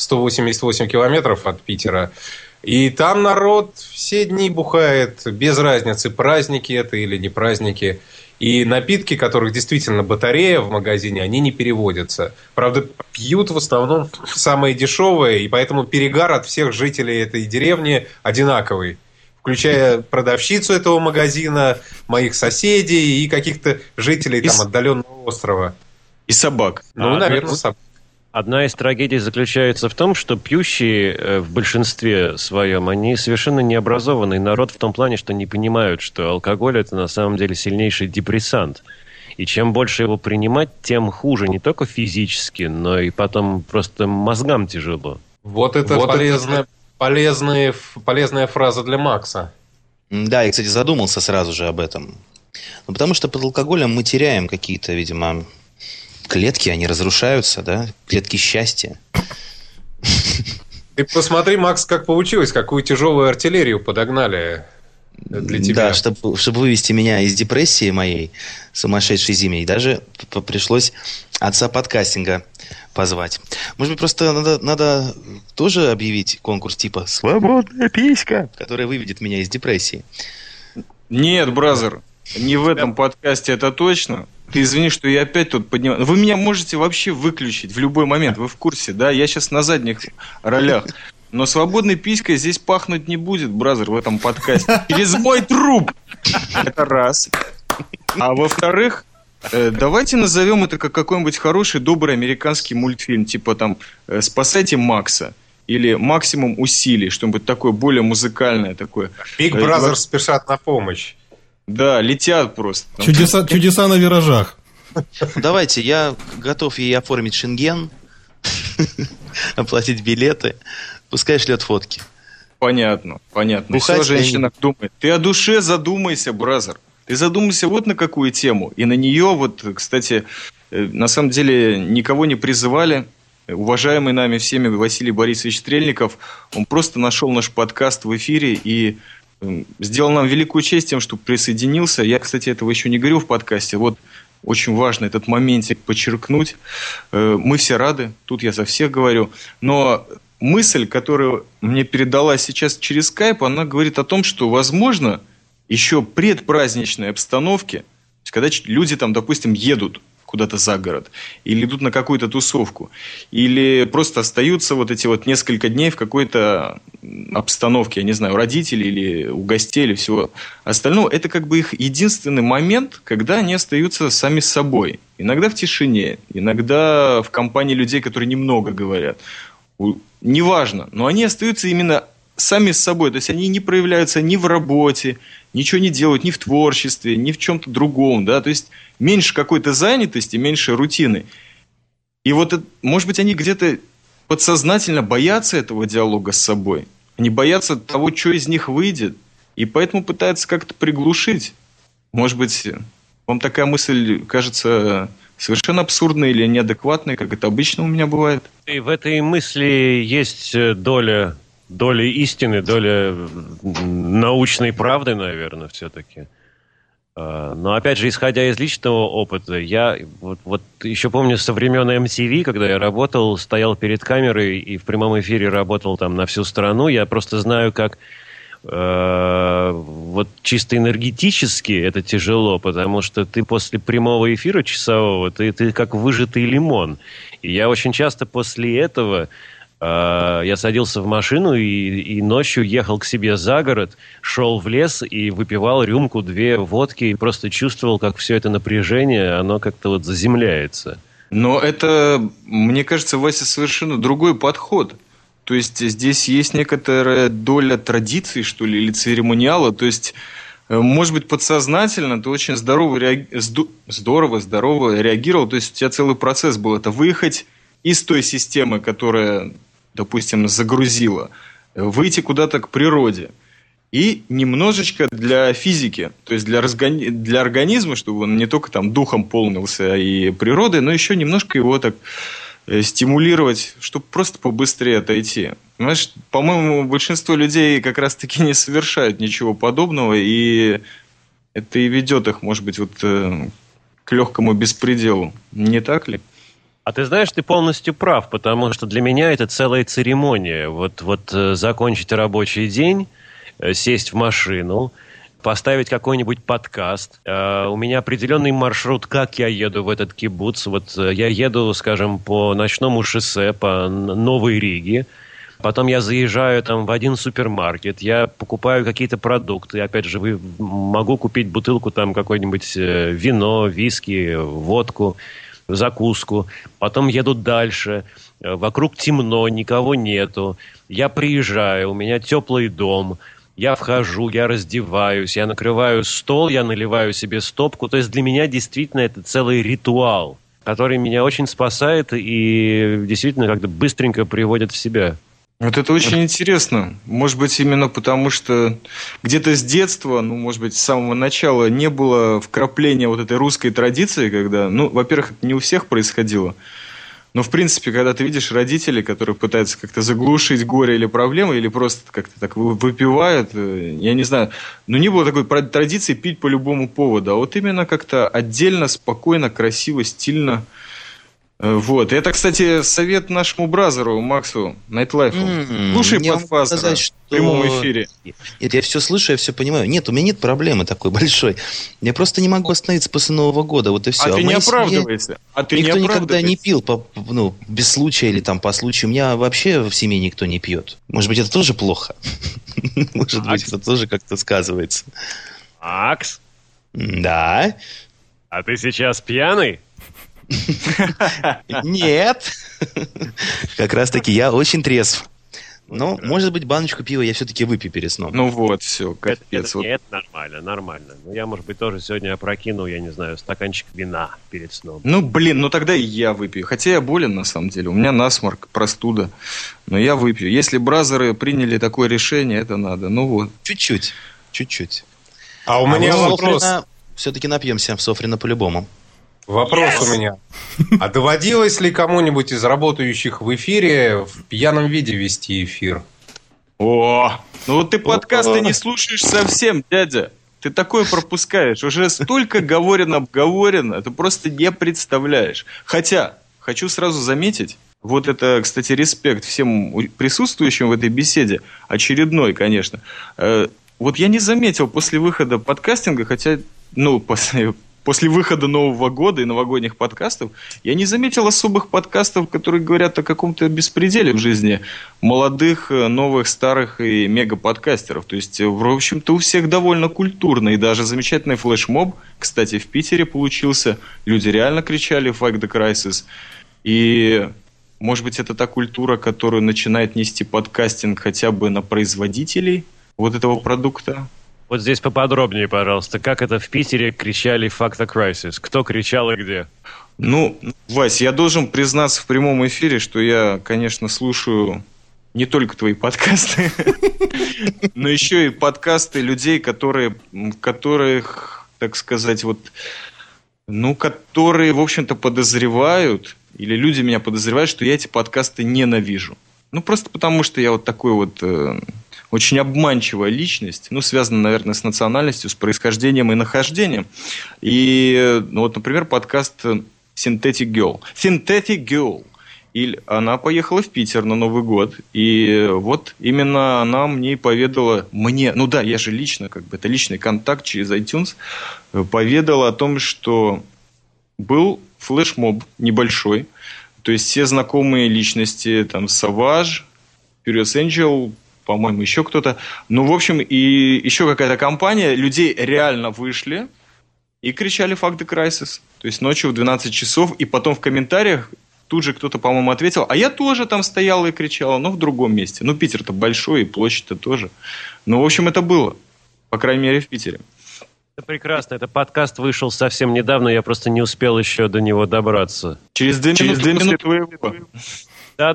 188 километров от Питера. И там народ все дни бухает, без разницы, праздники это или не праздники. И напитки, которых действительно батарея в магазине, они не переводятся. Правда, пьют в основном самые дешевые, и поэтому перегар от всех жителей этой деревни одинаковый. Включая продавщицу этого магазина, моих соседей и каких-то жителей там отдаленного острова. И собак. Ну, наверное, собак. Одна из трагедий заключается в том, что пьющие в большинстве своем, они совершенно необразованный народ в том плане, что не понимают, что алкоголь – это на самом деле сильнейший депрессант. И чем больше его принимать, тем хуже не только физически, но и потом просто мозгам тяжело. Вот это полезная фраза для Макса. Да, я, кстати, задумался сразу же об этом. Ну, потому что под алкоголем мы теряем какие-то, видимо... Клетки, они разрушаются, да? Клетки счастья. Ты посмотри, Макс, как получилось, какую тяжелую артиллерию подогнали для тебя. Да, чтобы вывести меня из депрессии моей сумасшедшей зимней, даже пришлось отца подкастинга позвать. Может быть, просто надо тоже объявить конкурс типа «Свободная писька», который выведет меня из депрессии. Нет, бразер, не в этом подкасте, это точно. Ты извини, что я опять тут поднимаю. Вы меня можете вообще выключить в любой момент, вы в курсе, да? Я сейчас на задних ролях. Но свободной писькой здесь пахнуть не будет, бразер, в этом подкасте. Через мой труп! Это раз. А во-вторых, Давайте назовем это как какой-нибудь хороший, добрый американский мультфильм, типа там «Спасайте Макса» или «Максимум усилий», что-нибудь такое более музыкальное такое. Big Brother спешат на помощь. Да, летят просто. Чудеса на виражах. Давайте, я готов ей оформить шенген, оплатить билеты, пускай шлет фотки. Понятно. Все о женщинах думает. Ты о душе задумайся, бразер. Ты задумайся вот на какую тему. И на нее, вот, кстати, на самом деле никого не призывали. Уважаемый нами всеми Василий Борисович Стрельников, он просто нашел наш подкаст в эфире и сделал нам великую честь тем, что присоединился. Я, кстати, этого еще не говорил в подкасте. Вот очень важно этот моментик подчеркнуть. Мы все рады, тут я за всех говорю. Но мысль, которую мне передала сейчас через скайп, она говорит о том, что, возможно, еще предпраздничной обстановке, когда люди там, допустим, едут куда-то за город, или идут на какую-то тусовку, или просто остаются вот эти вот несколько дней в какой-то обстановке, я не знаю, у родителей или у гостей, или всего остального, это как бы их единственный момент, когда они остаются сами с собой. Иногда в тишине, иногда в компании людей, которые немного говорят. Неважно, но они остаются именно сами с собой. То есть они не проявляются ни в работе, ничего не делают ни в творчестве, ни в чем-то другом. Да? То есть меньше какой-то занятости, меньше рутины. И вот, может быть, они где-то подсознательно боятся этого диалога с собой. Они боятся того, что из них выйдет. И поэтому пытаются как-то приглушить. Может быть, вам такая мысль кажется совершенно абсурдной или неадекватной, как это обычно у меня бывает? И в этой мысли есть доля истины, доля научной правды, наверное, все-таки. Но, опять же, исходя из личного опыта, я вот еще помню со времен MTV, когда я работал, стоял перед камерой и в прямом эфире работал там на всю страну, я просто знаю, как вот чисто энергетически это тяжело, потому что ты после прямого эфира часового, ты как выжатый лимон. И я очень часто после этого я садился в машину и ночью ехал к себе за город, шел в лес и выпивал рюмку-две водки и просто чувствовал, как все это напряжение, оно как-то вот заземляется. Но это, мне кажется, Вася, совершенно другой подход. То есть здесь есть некоторая доля традиции, что ли, или церемониала. То есть, может быть, подсознательно ты очень здорово реагировал. То есть у тебя целый процесс был. Это выехать из той системы, которая, допустим, загрузила, выйти куда-то к природе. И немножечко для физики, то есть для организма, чтобы он не только там духом полнился и природой, но еще немножко его так стимулировать, чтобы просто побыстрее отойти. Знаешь, по-моему, большинство людей как раз-таки не совершают ничего подобного, и это и ведет их, может быть, вот к легкому беспределу. Не так ли? А ты знаешь, ты полностью прав, потому что для меня это целая церемония. Вот закончить рабочий день, сесть в машину, поставить какой-нибудь подкаст. У меня определенный маршрут, как я еду в этот кибуц. Вот я еду, скажем, по ночному шоссе, по Новой Риге. Потом я заезжаю там в один супермаркет, я покупаю какие-то продукты. Опять же, могу купить бутылку там какое-нибудь вино, виски, водку, закуску. Потом еду дальше. Вокруг темно, никого нету. Я приезжаю, у меня теплый дом. Я вхожу, я раздеваюсь, я накрываю стол, я наливаю себе стопку. То есть для меня действительно это целый ритуал, который меня очень спасает и действительно как-то быстренько приводит в себя. Вот это очень интересно. Может быть, именно потому, что где-то с детства, может быть, с самого начала не было вкрапления вот этой русской традиции, когда, во-первых, это не у всех происходило. Но, в принципе, когда ты видишь родителей, которые пытаются как-то заглушить горе или проблемы, или просто как-то так выпивают, я не знаю, не было такой традиции пить по любому поводу, а вот именно как-то отдельно, спокойно, красиво, стильно. Вот. Это, кстати, совет нашему бразеру Максу Найтлайфу. Слушай подфазера в прямом эфире. Нет, я все слышу, я все понимаю. Нет, у меня нет проблемы такой большой. Я просто не могу остановиться после Нового года. Вот и все. А ты не оправдывайся. Никто никогда не пил без случая или там по случаю. У меня вообще в семье никто не пьет. Может быть, это тоже плохо? Может быть, это тоже как-то сказывается. Макс? Да. А ты сейчас пьяный? Нет. Как раз таки я очень трезв. Но, может быть, баночку пива я все-таки выпью перед сном. Ну вот, все, капец. Это нормально. Ну, я, может быть, тоже сегодня опрокинул, я не знаю, стаканчик вина перед сном. Ну, блин, ну тогда и я выпью. Хотя я болен, на самом деле. У меня насморк, простуда. Но я выпью. Если бразеры приняли такое решение, это надо. Ну вот. Чуть-чуть. А у меня вопрос. Софрина, все-таки напьемся в Софрина по-любому. Вопрос у меня. А доводилось ли кому-нибудь из работающих в эфире в пьяном виде вести эфир? О, ну вот ты подкасты не слушаешь совсем, дядя. Ты такое пропускаешь. Уже столько обговорено, ты просто не представляешь. Хотя, хочу сразу заметить, вот это, кстати, респект всем присутствующим в этой беседе. Очередной, конечно. Вот я не заметил после выхода подкастинга, хотя, после выхода Нового года и новогодних подкастов, я не заметил особых подкастов, которые говорят о каком-то беспределе в жизни молодых, новых, старых и мега-подкастеров. То есть, в общем-то, у всех довольно культурно. И даже замечательный флешмоб, кстати, в Питере получился. Люди реально кричали «Fight the Crisis». И, может быть, это та культура, которую начинает нести подкастинг хотя бы на производителей вот этого продукта. Вот здесь поподробнее, пожалуйста. Как это в Питере кричали «Fuck the Crisis»? Кто кричал и где? Ну, Вась, я должен признаться в прямом эфире, что я, конечно, слушаю не только твои подкасты, но еще и подкасты людей, которых, так сказать, которые, в общем-то, подозревают, или люди меня подозревают, что я эти подкасты ненавижу. Ну, просто потому, что я вот такой вот очень обманчивая личность, связана, наверное, с национальностью, с происхождением и нахождением. И, например, подкаст Synthetic Girl. Synthetic Girl. И она поехала в Питер на Новый год. И вот именно она мне и поведала, я же лично, это личный контакт через iTunes, поведала о том, что был флешмоб небольшой. То есть все знакомые личности, там, Savage, Furious Angel, по-моему, еще кто-то. В общем, и еще какая-то компания, людей реально вышли и кричали «Fuck the Crisis». То есть ночью в 12 часов, и потом в комментариях тут же кто-то, по-моему, ответил, а я тоже там стояла и кричала, но в другом месте. Питер-то большой, и площадь-то тоже. В общем, это было. По крайней мере, в Питере. Это прекрасно. Это подкаст вышел совсем недавно, я просто не успел еще до него добраться. Через 2 минуты твоего. Да.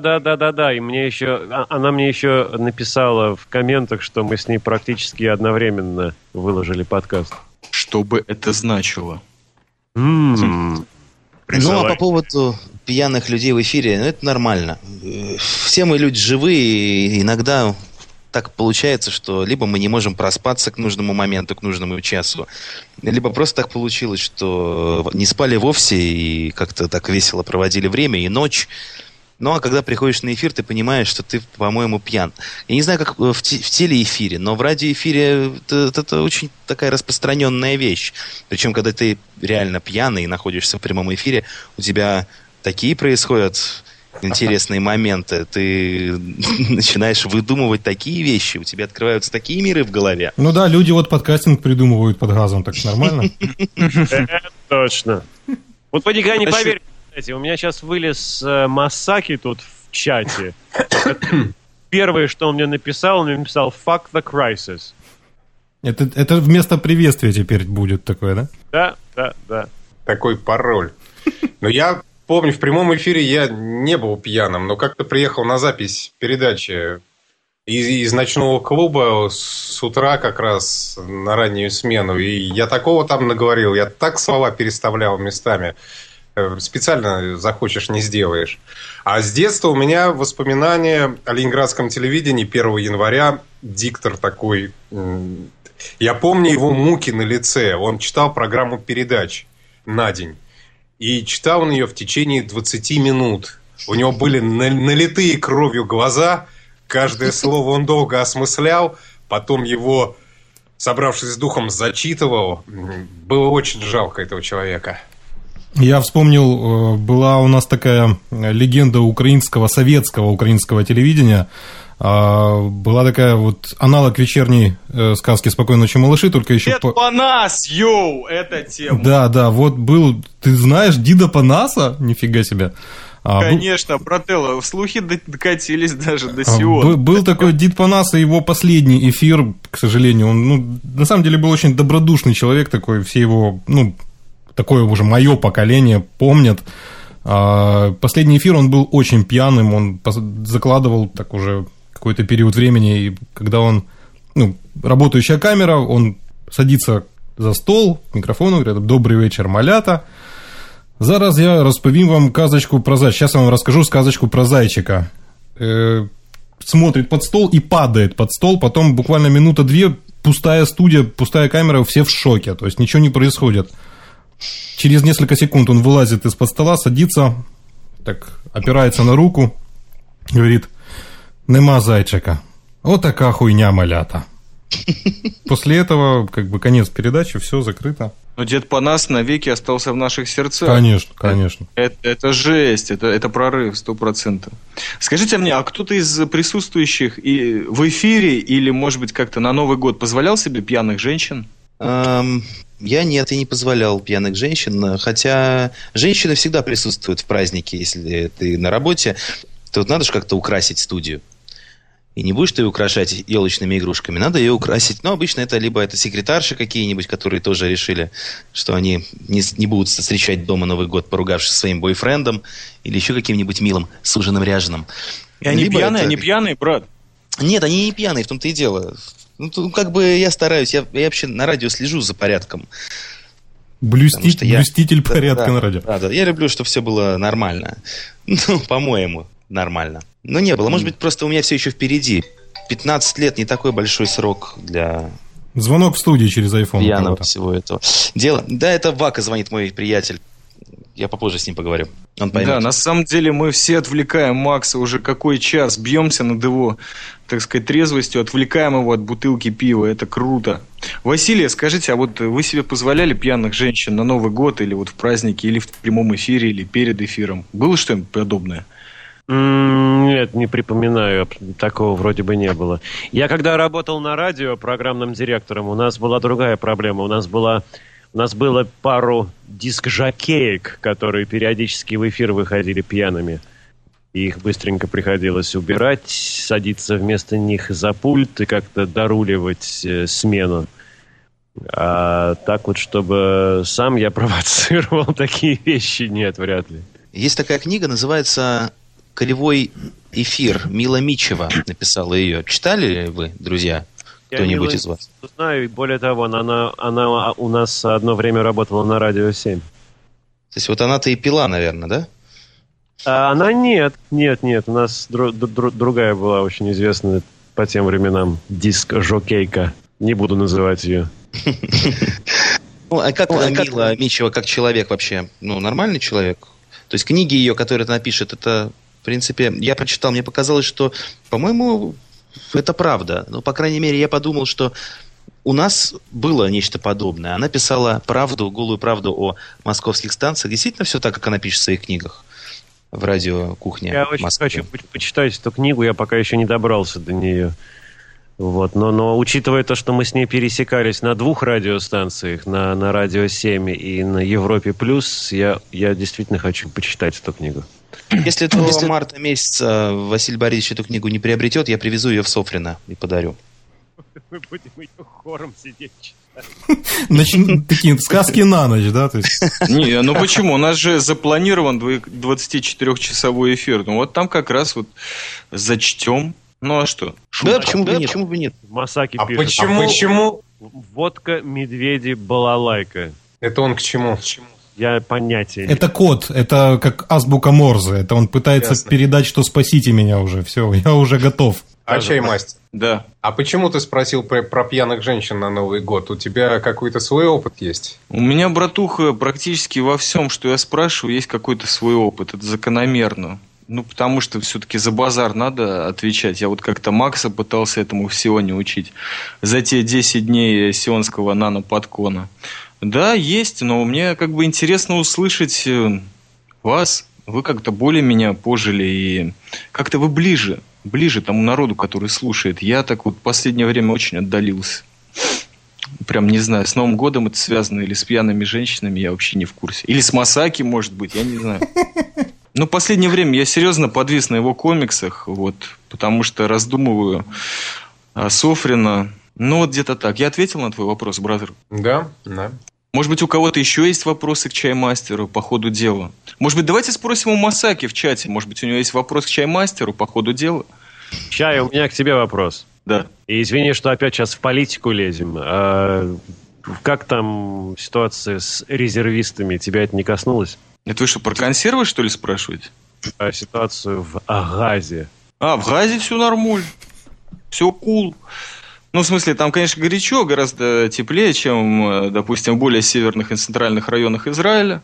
И она мне еще написала в комментах, что мы с ней практически одновременно выложили подкаст. Что бы это значило? А по поводу пьяных людей в эфире, это нормально. Все мы люди живые, и иногда так получается, что либо мы не можем проспаться к нужному моменту, к нужному часу, либо просто так получилось, что не спали вовсе и как-то так весело проводили время, и ночь. А когда приходишь на эфир, ты понимаешь, что ты, по-моему, пьян. Я не знаю, как в телеэфире, но в радиоэфире это очень такая распространенная вещь. Причем, когда ты реально пьяный и находишься в прямом эфире, у тебя такие происходят интересные моменты. Ты начинаешь выдумывать такие вещи, у тебя открываются такие миры в голове. Люди подкастинг придумывают под газом, так нормально? Это точно. Вот вы никогда не поверите. У меня сейчас вылез Масаки тут в чате. Первое, что он мне написал «Fuck the Crisis». Это вместо приветствия теперь будет такое, да? Да. Такой пароль. Но я помню, в прямом эфире я не был пьяным, но как-то приехал на запись передачи из ночного клуба с утра как раз на раннюю смену. И я такого там наговорил, я так слова переставлял местами. Специально захочешь, не сделаешь. А с детства у меня воспоминания о ленинградском телевидении 1 января. Диктор такой. Я помню его муки на лице. Он читал программу передач на день. И читал он ее в течение 20 минут. У него были налитые кровью глаза. Каждое слово он долго осмыслял. Потом его, собравшись с духом, зачитывал. Было очень жалко этого человека. Я вспомнил, была у нас такая легенда советского украинского телевидения. Была такая вот аналог вечерней сказки «Спокойной ночи, малыши», только еще... Дед Панас, йоу, это тема. Да, вот был, ты знаешь, Дида Панаса? Нифига себе. Конечно, брателло, слухи докатились даже до сего. Был такой Дид Панас, и его последний эфир, к сожалению, он, на самом деле, был очень добродушный человек такой, все его, такое уже мое поколение помнят. Последний эфир, он был очень пьяным, он закладывал так уже какой-то период времени, и когда он, работающая камера, он садится за стол, к микрофону, говорит: «Добрый вечер, малята. Зараз я розповім вам казочку про зайчика. Сейчас я вам расскажу сказочку про зайчика». Смотрит под стол и падает под стол, потом буквально минута-две, пустая студия, пустая камера, все в шоке, то есть ничего не происходит. Через несколько секунд он вылазит из-под стола, садится, так опирается на руку, говорит: «Нема зайчика. Вот такая хуйня, малята». После этого, конец передачи, все закрыто. Но Дед Панас навеки остался в наших сердцах. Конечно. Это жесть, это прорыв 100%. Скажите мне, а кто-то из присутствующих и в эфире или, может быть, как-то на Новый год позволял себе пьяных женщин? Я не позволял пьяных женщин, хотя женщины всегда присутствуют в празднике, если ты на работе, то надо же как-то украсить студию. И не будешь ты ее украшать елочными игрушками, надо ее украсить. Но обычно либо это секретарши какие-нибудь, которые тоже решили, что они не будут встречать дома Новый год, поругавшись со своим бойфрендом или еще каким-нибудь милым суженым ряженым. И они пьяные, брат? Нет, они не пьяные, в том-то и дело. Я стараюсь, я вообще на радио слежу за порядком. Блюститель порядка на радио. Да, я люблю, чтобы все было нормально. По-моему, нормально. Но не было. Может быть, просто у меня все еще впереди. 15 лет не такой большой срок для... Звонок в студии через iPhone. Пьяного всего этого. Да, это Вака звонит, мой приятель. Я попозже с ним поговорю. Он поймет. Да, на самом деле мы все отвлекаем Макса уже какой час. Бьемся над его, так сказать, трезвостью, отвлекаем его от бутылки пива. Это круто. Василий, скажите, а вот вы себе позволяли пьяных женщин на Новый год или вот в празднике, или в прямом эфире, или перед эфиром? Было что-нибудь подобное? Нет, не припоминаю. Такого вроде бы не было. Я когда работал на радио программным директором, у нас была другая проблема. У нас было пару диск-жокеек, которые периодически в эфир выходили пьяными. И их быстренько приходилось убирать, садиться вместо них за пульт и как-то доруливать смену. А так вот, чтобы сам я провоцировал такие вещи, нет, вряд ли. Есть такая книга, называется «Кривой эфир». Мила Мичева написала ее. Читали ли вы, друзья? Кто-нибудь из вас? Знаю, и более того, она у нас одно время работала на Радио 7. То есть вот она-то и пила, наверное, да? Она нет. У нас другая была очень известная по тем временам диск-жокейка. Не буду называть ее. А как Мила Мичева, как человек вообще? Нормальный человек? То есть книги ее, которые она напишет, это, в принципе, я прочитал, мне показалось, что, по-моему, это правда. По крайней мере, я подумал, что у нас было нечто подобное. Она писала правду, голую правду о московских станциях. Действительно все так, как она пишет в своих книгах в радиокухне. Я очень хочу почитать эту книгу, я пока еще не добрался до нее. Вот. Но учитывая то, что мы с ней пересекались на 2 радиостанциях, на Радио 7 и на Европе Плюс, я действительно хочу почитать эту книгу. Если до марта месяца Василий Борисович эту книгу не приобретет, я привезу ее в Софрино и подарю. Мы будем ее хором сидеть читать. Такие сказки на ночь, да? Не, почему? У нас же запланирован 24-часовой эфир. Вот там как раз вот зачтем. А что? Да, почему бы нет? Масаки пишет. Почему? Водка, медведи, балалайка. Это он к чему? Я понятия не имею. Это код, это как азбука Морзе. Это он пытается передать, что спасите меня уже. Все, я уже готов. А чаймастер? Да. А почему ты спросил про пьяных женщин на Новый год? У тебя какой-то свой опыт есть? У меня, братуха, практически во всем, что я спрашиваю, есть какой-то свой опыт. Это закономерно. Потому что все-таки за базар надо отвечать. Я вот как-то Макса пытался этому в Сионе учить. За те 10 дней сионского нано-подкона. Да, есть, но мне как бы интересно услышать вас. Вы как-то более меня пожили, и как-то вы ближе тому народу, который слушает. Я так вот в последнее время очень отдалился. Прям не знаю, с Новым годом это связано или с пьяными женщинами, я вообще не в курсе. Или с Масаки, может быть, я не знаю. Но в последнее время я серьезно подвис на его комиксах, вот, потому что раздумываю о Софрина. Ну, вот где-то так. Я ответил на твой вопрос, бразер? Да. Может быть, у кого-то еще есть вопросы к Чаймастеру по ходу дела? Может быть, давайте спросим у Масаки в чате. Может быть, у него есть вопрос к Чаймастеру по ходу дела? Чай, у меня к тебе вопрос. Да. И извини, что опять сейчас в политику лезем. Как там ситуация с резервистами? Тебя это не коснулось? Это вы что, про консервы, что ли, спрашиваете? Ситуацию в Газе. В Газе все нормально. Все кул. Ну, в смысле, там, конечно, горячо, гораздо теплее, чем, допустим, в более северных и центральных районах Израиля.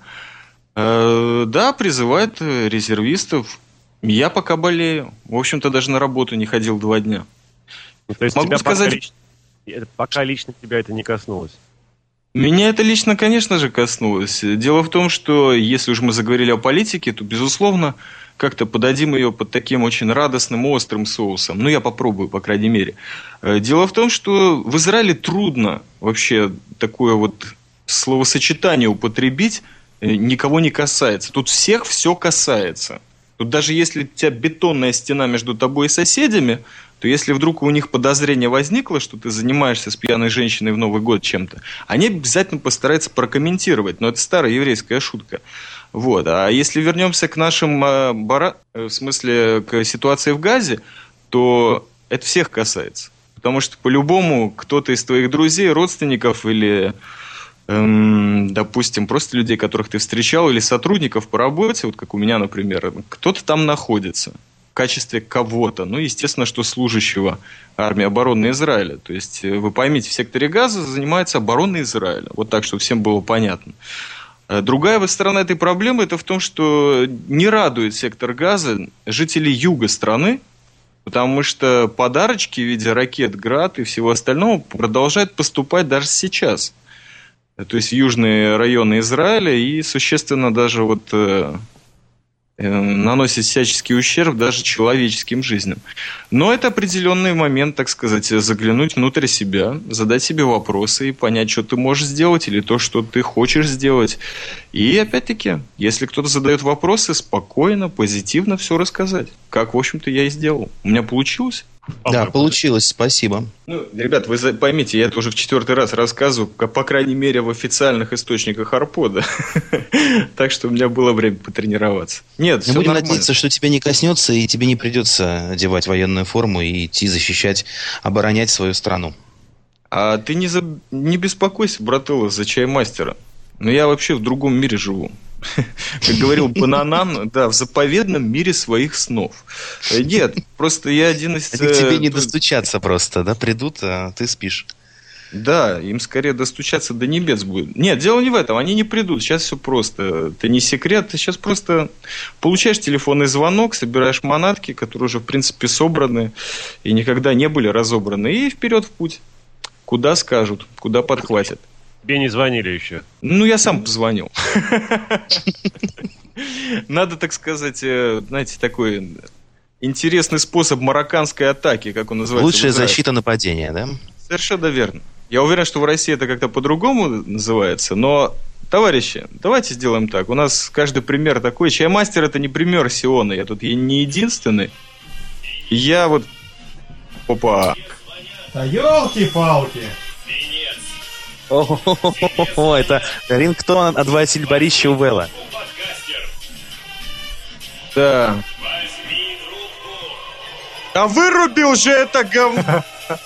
Да, призывают резервистов. Я пока болею. В общем-то, даже на работу не ходил 2 дня. То есть могу тебя сказать... пока лично тебя это не коснулось? Меня это лично, конечно же, коснулось. Дело в том, что если уж мы заговорили о политике, то, безусловно, как-то подадим ее под таким очень радостным, острым соусом. Ну, я попробую, по крайней мере. Дело в том, что в Израиле трудно вообще такое вот словосочетание употребить, никого не касается. Тут всех все касается. Тут даже если у тебя бетонная стена между тобой и соседями, то если вдруг у них подозрение возникло, что ты занимаешься с пьяной женщиной в Новый год чем-то, они обязательно постараются прокомментировать. Но это старая еврейская шутка. Вот. А если вернемся к нашим, в смысле, к ситуации в Газе, то это всех касается. Потому что по-любому кто-то из твоих друзей, родственников или, допустим, просто людей, которых ты встречал, или сотрудников по работе, вот как у меня, например, кто-то там находится в качестве кого-то. Ну, естественно, что служащего армии обороны Израиля. То есть, вы поймите, в секторе Газа занимается обороной Израиля. Вот так, чтобы всем было понятно. Другая сторона этой проблемы это в том, что не радует сектор Газа жителей юга страны, потому что подарочки в виде ракет, град и всего остального продолжают поступать даже сейчас. То есть в южные районы Израиля и существенно даже вот наносит всяческий ущерб даже человеческим жизням. Но это определенный момент, так сказать, заглянуть внутрь себя, задать себе вопросы и понять, что ты можешь сделать или то, что ты хочешь сделать. И опять-таки, если кто-то задает вопросы, спокойно, позитивно все рассказать. Как, в общем-то, я и сделал. У меня получилось. Да, получилось, спасибо. Ну, ребят, вы поймите, я это уже в 4-й раз рассказываю, по крайней мере, в официальных источниках Арпода. Так что у меня было время потренироваться. Нет, все будем нормально. надеяться, что тебя не коснется, и тебе не придется одевать военную форму и идти защищать, оборонять свою страну. А ты не беспокойся, брателло, за Чаймастера. Но я вообще в другом мире живу. Как говорил Бананан, да, в заповедном мире своих снов. Нет, просто я один из... К тебе не достучаться просто, да? Придут, а ты спишь. Да, им скорее достучаться до небес будет. Нет, дело не в этом, они не придут. Сейчас все просто. Это не секрет. Ты сейчас просто получаешь телефонный звонок, собираешь манатки, которые уже, в принципе, собраны и никогда не были разобраны, и вперед в путь. Куда скажут, куда подхватят. Тебе не звонили еще? Ну, я сам позвонил. Надо, так сказать, знаете, такой интересный способ марокканской атаки, как он называется. Лучшая защита нападения, да? Совершенно верно. Я уверен, что в России это как-то по-другому называется, но, товарищи, давайте сделаем так. У нас каждый пример такой. Чаймастер — это не пример Сиона. Я тут не единственный. Я вот... Опа. Да елки-палки! О, это рингтон от Василия Борисовича Увелла. Да. А вырубил же это говно!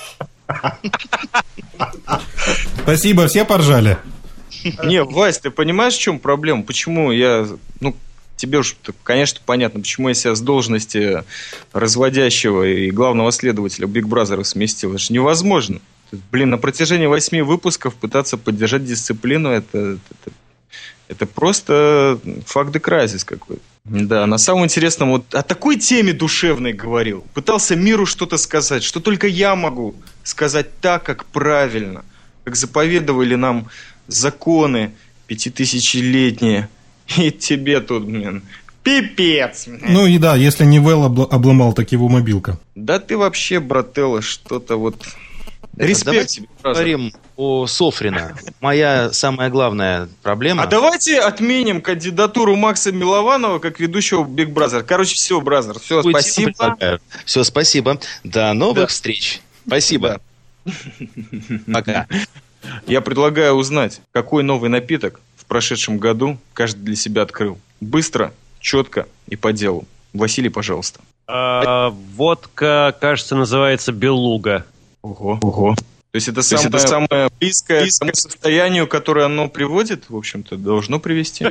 Спасибо, все поржали. Не, Вась, ты понимаешь, в чем проблема? Почему я... Ну, тебе уж, конечно, понятно, почему я себя с должности разводящего и главного следователя Big Brother сместил. Это же невозможно. Блин, на протяжении 8 выпусков пытаться поддержать дисциплину, это просто факт де крайзис какой-то. Да, на самом интересном, вот о такой теме душевной говорил. Пытался миру что-то сказать, что только я могу сказать так, как правильно. как заповедовали нам законы 5000-летние. И тебе тут, блин, пипец. Ну и да, если не Вэл обломал, так его мобилка. Да ты вообще, брателло, что-то вот... Респект Давайте тебе. поговорим о Софрина. Моя самая главная проблема... А давайте отменим кандидатуру Макса Милованова как ведущего Big Brother. Короче, все, Бразер, все, спасибо. Все, спасибо. До новых встреч. Спасибо. Пока. Я предлагаю узнать, какой новый напиток в прошедшем году каждый для себя открыл. Быстро, четко и по делу. Василий, пожалуйста. Водка, кажется, называется «Белуга». Ого. То есть это самое близкое к тому состоянию, которое оно приводит, в общем-то, должно привести.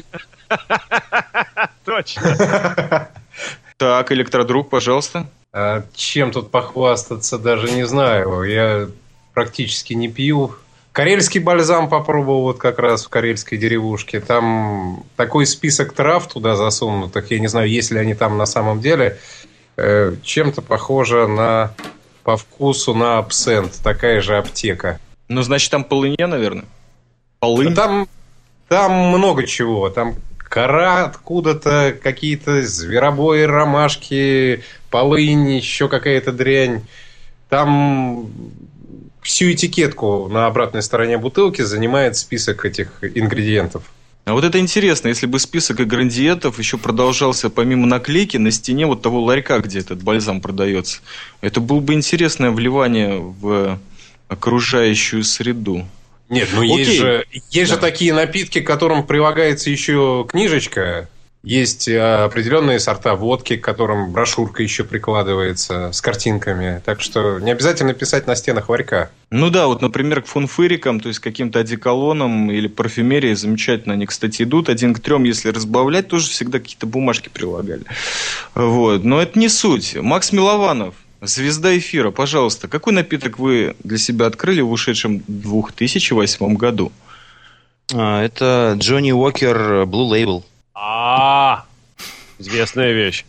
Точно. Так, Электродруг, пожалуйста. Чем тут похвастаться, даже не знаю. Я практически не пью. Карельский бальзам попробовал вот как раз в карельской деревушке. Там такой список трав туда засунутых. Я не знаю, есть ли они там на самом деле. Чем-то похоже по вкусу на абсент. Такая же аптека. Ну, значит, там полынья, наверное? Полынь? Там много чего. Там кора откуда-то, какие-то зверобои, ромашки, полынь, еще какая-то дрянь. Там всю этикетку на обратной стороне бутылки занимает список этих ингредиентов. А вот это интересно, если бы список ингредиентов еще продолжался помимо наклейки на стене вот того ларька, где этот бальзам продается. Это было бы интересное вливание в окружающую среду. Нет, ну есть же такие напитки, к которым прилагается еще книжечка. Есть определенные сорта водки, к которым брошюрка еще прикладывается с картинками. Так что не обязательно писать на стенах ларька. Ну да, вот, например, к фунфырикам, то есть каким-то одеколонам или парфюмерии замечательно они, кстати, идут. 1 к 3, если разбавлять, тоже всегда какие-то бумажки прилагали. Вот. Но это не суть. Макс Милованов, звезда эфира, пожалуйста, какой напиток вы для себя открыли в ушедшем 2008 году? Это Джонни Уокер Blue Label. Известная вещь.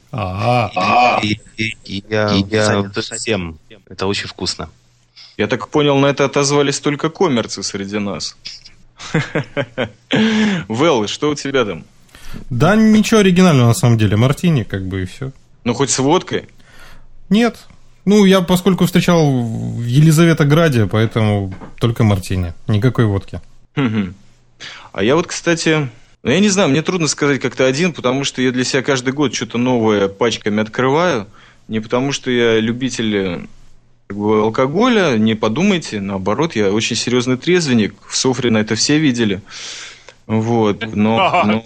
Я совсем. Это очень вкусно. Я так понял, на это отозвались только коммерцы среди нас. Вэл, что у тебя там? Да ничего оригинального на самом деле. Мартини, как бы, и все. Ну, хоть с водкой? Нет. Ну, я, поскольку встречал в Елизаветограде, поэтому только мартини. Никакой водки. А я вот, кстати... Ну, я не знаю, мне трудно сказать как-то один, потому что я для себя каждый год что-то новое пачками открываю. Не потому что я любитель алкоголя, не подумайте, наоборот, я очень серьезный трезвенник. В Софрино это все видели. Вот, ну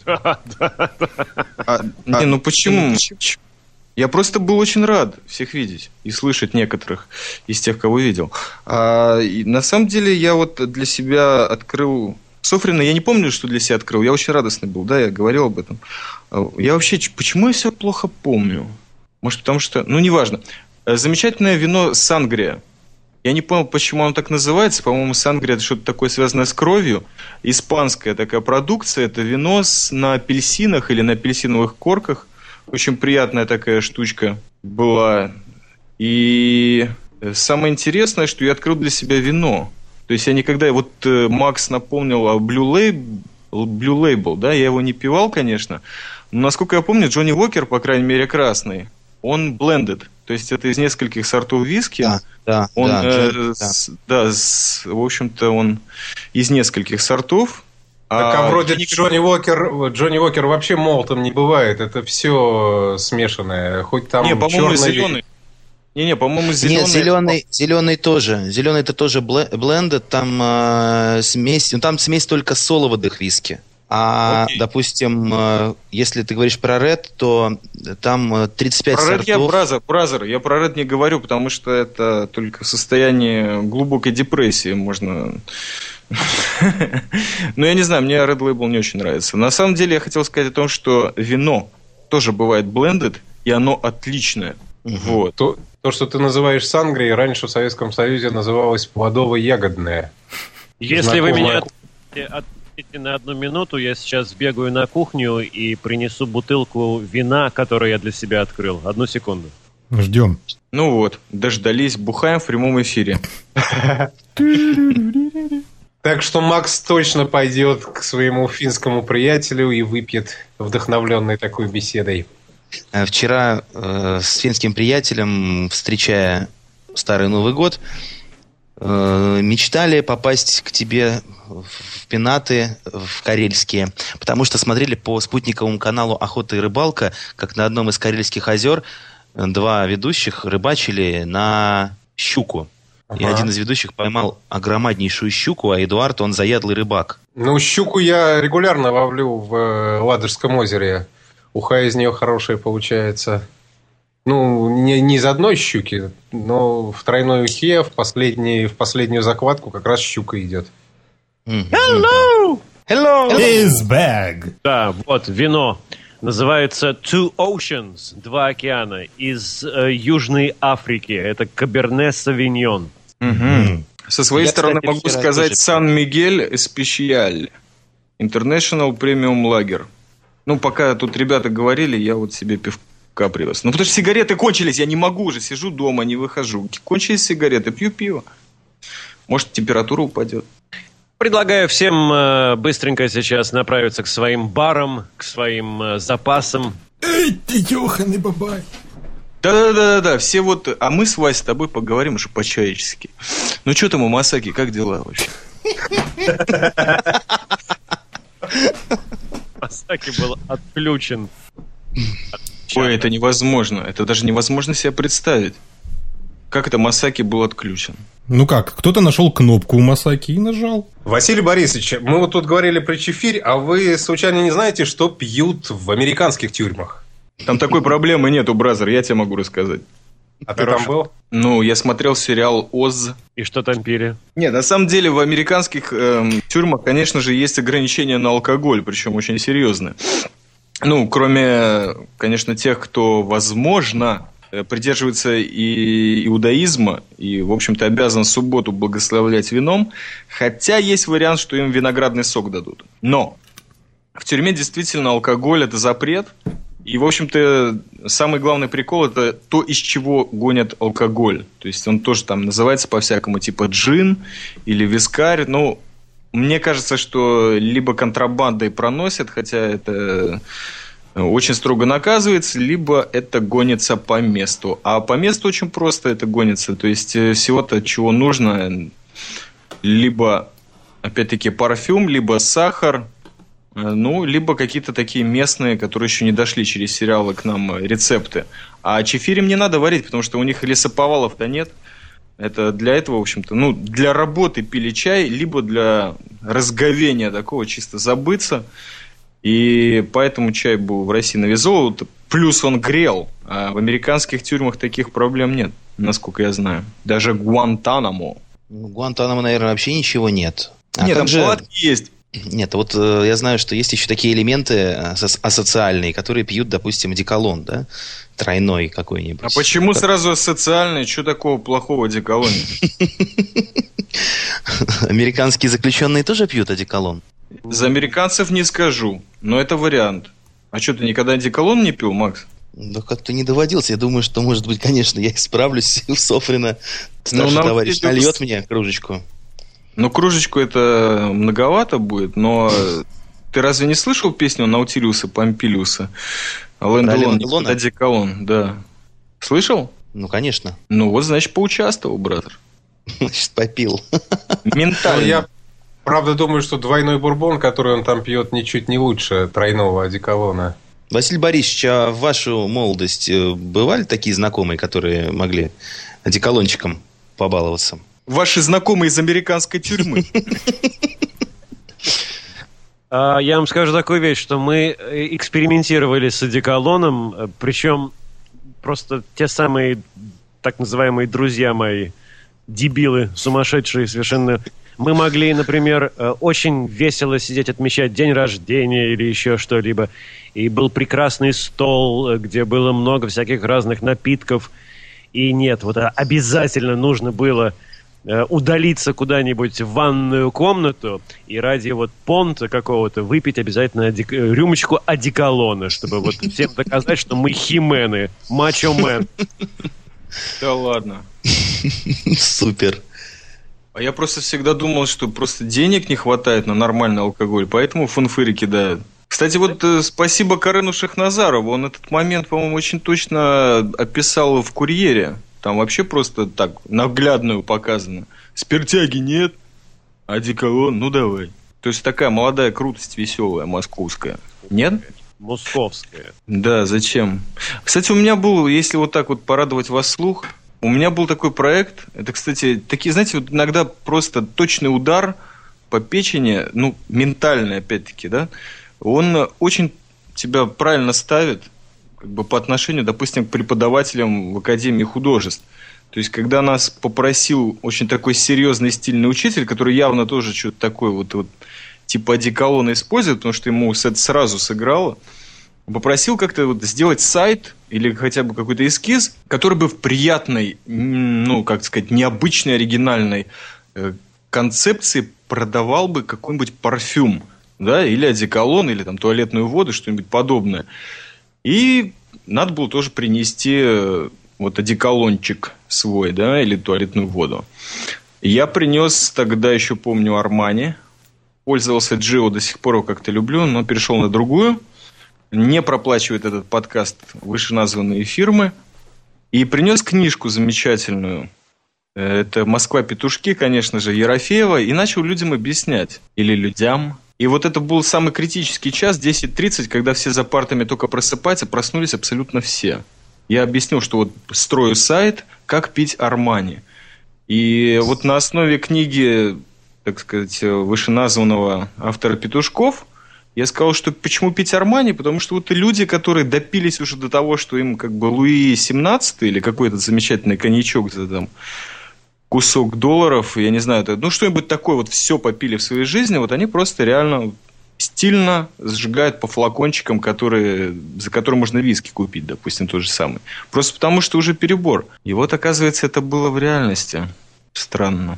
почему? Я просто был очень рад всех видеть и слышать некоторых из тех, кого видел. На самом деле я вот для себя открыл... Софрино, я не помню, что для себя открыл. Я очень радостный был, да, я говорил об этом. Я вообще... Почему я все плохо помню? Может, потому что... Ну, неважно. Замечательное вино «Сангрия». Я не понял, почему оно так называется. По-моему, «Сангрия» — это что-то такое, связанное с кровью. Испанская такая продукция. Это вино на апельсинах или на апельсиновых корках. Очень приятная такая штучка была. И самое интересное, что я открыл для себя вино. То есть я никогда... Вот Макс напомнил о Blue Label, да, я его не пивал, конечно. Но, насколько я помню, Джонни Уокер, по крайней мере, красный, он blended. То есть это из нескольких сортов виски. Да. В общем-то, он из нескольких сортов. Так, вроде Джонни Уокер вообще молотом не бывает. Это все смешанное. Хоть там не, по-моему, зеленый. Не, по-моему, зеленый. Нет, зеленый тоже. Зеленый это тоже блендед. Там смесь. Ну, там смесь только соловых виски. Допустим, если ты говоришь про Red, то там 35 про сортов. Я про Red не говорю, потому что это только в состоянии глубокой депрессии можно... Ну, я не знаю, мне Red Label не очень нравится. На самом деле, я хотел сказать о том, что вино тоже бывает blended, и оно отличное. Вот. То, что ты называешь сангрией, раньше в Советском Союзе называлось плодово-ягодное. Если вы меня отпустите на 1 минуту, я сейчас сбегаю на кухню и принесу бутылку вина, которую я для себя открыл. 1 секунду. Ждем. Ну вот, дождались, бухаем в прямом эфире. Так что Макс точно пойдет к своему финскому приятелю и выпьет, вдохновленный такой беседой. Вчера с финским приятелем, встречая Старый Новый год, мечтали попасть к тебе в пенаты, в карельские, потому что смотрели по спутниковому каналу «Охота и рыбалка», как на одном из карельских озер два ведущих рыбачили на щуку. И один из ведущих поймал огромнейшую щуку, а Эдуард, он заядлый рыбак. Ну, щуку я регулярно ловлю в Ладожском озере. Уха из нее хорошая получается. Ну, не из одной щуки, но в тройной ухе в последнюю закватку как раз щука идет. Hello! Hello! His bag. Да, вот, вино. Называется Two Oceans, два океана, из Южной Африки. Это Каберне Савиньон. Угу. Со своей стороны кстати, могу вчера сказать тоже Сан-Мигель Эспешиаль. International Premium Lager. Ну, пока тут ребята говорили, я вот себе пивка привез. Ну, потому что сигареты кончились, я не могу уже. Сижу дома, не выхожу. Кончились сигареты, пью пиво. Может, температура упадет. Предлагаю всем быстренько сейчас направиться к своим барам, к своим запасам. Эй, ты ёханый бабай. Да, все вот... А мы с Васей с тобой поговорим уже по-человечески. Ну, что там у Масаки, как дела вообще? Масаки был отключен. Ой, это невозможно. Это даже невозможно себе представить. Как это Масаки был отключен? Ну как, кто-то нашел кнопку у Масаки и нажал. Василий Борисович, мы вот тут говорили про чефирь, а вы случайно не знаете, что пьют в американских тюрьмах? Там такой проблемы нету, бразер, я тебе могу рассказать. А ты там был? Ну, я смотрел сериал «Оз». И что там пили? Нет, на самом деле в американских тюрьмах, конечно же, есть ограничения на алкоголь, причем очень серьезные. Ну, кроме, конечно, тех, кто, возможно, придерживается и иудаизма, и, в общем-то, обязан субботу благословлять вином, хотя есть вариант, что им виноградный сок дадут. Но в тюрьме действительно алкоголь – это запрет, и, в общем-то, самый главный прикол – это то, из чего гонят алкоголь. То есть он тоже там называется по-всякому, типа джин или вискарь. Ну, мне кажется, что либо контрабандой проносят, хотя это очень строго наказывается, либо это гонится по месту. А по месту очень просто это гонится. То есть всего-то, чего нужно, либо, опять-таки, парфюм, либо сахар, ну, либо какие-то такие местные, которые еще не дошли через сериалы к нам, рецепты. А чефирь им не надо варить, потому что у них лесоповалов-то нет. Это для этого, в общем-то, ну, для работы пили чай, либо для разговения такого, чисто забыться. И поэтому чай был в России навязал. Плюс он грел. А в американских тюрьмах таких проблем нет, насколько я знаю. Даже Гуантанамо. Ну, Гуантанамо, наверное, вообще ничего нет. А нет, там же... палатки есть. Нет, вот я знаю, что есть еще такие элементы асоциальные, которые пьют, допустим, одеколон, да? Тройной какой-нибудь. А почему сразу асоциальный? Что такого плохого в одеколоне? Американские заключенные тоже пьют одеколон? За американцев не скажу, но это вариант. А что, ты никогда одеколон не пил, Макс? Да как-то не доводился. Я думаю, что, может быть, конечно, я исправлюсь у Софрина. Старший товарищ нальет мне кружечку. Ну, кружечку это многовато будет, но ты разве не слышал песню Наутилуса Помпилиуса? Ален Делон, одеколон, да. Слышал? Ну, конечно. Ну, вот, значит, поучаствовал, братер. Значит, попил. Ментально. Я, правда, думаю, что двойной бурбон, который он там пьет, ничуть не лучше тройного одеколона. Василий Борисович, а в вашу молодость бывали такие знакомые, которые могли одеколончиком побаловаться? Ваши знакомые из американской тюрьмы. Я вам скажу такую вещь, что мы экспериментировали с одеколоном, причем просто те самые так называемые друзья мои, дебилы, сумасшедшие совершенно. Мы могли, например, очень весело сидеть, отмечать день рождения или еще что-либо. И был прекрасный стол, где было много всяких разных напитков. И нет, вот обязательно нужно было удалиться куда-нибудь в ванную комнату и ради вот понта какого-то выпить обязательно рюмочку одеколона, чтобы вот всем доказать, что мы химены, мачо-мен. Да ладно. Супер. А я просто всегда думал, что просто денег не хватает на нормальный алкоголь, поэтому фунфыры кидают. Кстати, вот спасибо Карену Шахназарову, он этот момент, по-моему, очень точно описал в «Курьере». Там вообще просто так наглядную показано. Спиртяги нет, одеколон, ну давай. То есть такая молодая крутость веселая, московская. Нет? Московская. Да, зачем? Кстати, у меня был, если вот так вот порадовать вас слух, у меня был такой проект. Это, кстати, такие, знаете, вот иногда просто точный удар по печени, ну, ментальный, опять-таки, да, он очень тебя правильно ставит как бы по отношению, допустим, к преподавателям в Академии художеств. То есть, когда нас попросил очень такой серьезный стильный учитель, который явно тоже что-то такое вот типа одеколона использует, потому что ему это сразу сыграло, попросил как-то вот сделать сайт или хотя бы какой-то эскиз, который бы в приятной, ну, как сказать, необычной, оригинальной концепции продавал бы какой-нибудь парфюм, да, или одеколон, или там туалетную воду, что-нибудь подобное. И надо было тоже принести вот одеколончик свой, да, или туалетную воду. Я принес тогда, еще помню, Армани. Пользовался Джио, до сих пор его как-то люблю, но перешел на другую. Не проплачивает этот подкаст вышеназванные фирмы. И принес книжку замечательную. Это «Москва-петушки», конечно же, Ерофеева. И начал людям объяснять. Или людям. И вот это был самый критический час, 10:30, когда все за партами только просыпаются, проснулись абсолютно все. Я объяснил, что вот строю сайт «Как пить Армани». И вот на основе книги, так сказать, вышеназванного автора «Петушков», я сказал, что почему пить Армани? Потому что вот люди, которые допились уже до того, что им как бы Луи 17 или какой-то замечательный коньячок за там кусок долларов, я не знаю, ну что-нибудь такое вот все попили в своей жизни, вот они просто реально стильно сжигают по флакончикам, за которые можно виски купить, допустим, тот же самый. Просто потому, что уже перебор. И вот, оказывается, это было в реальности. Странно.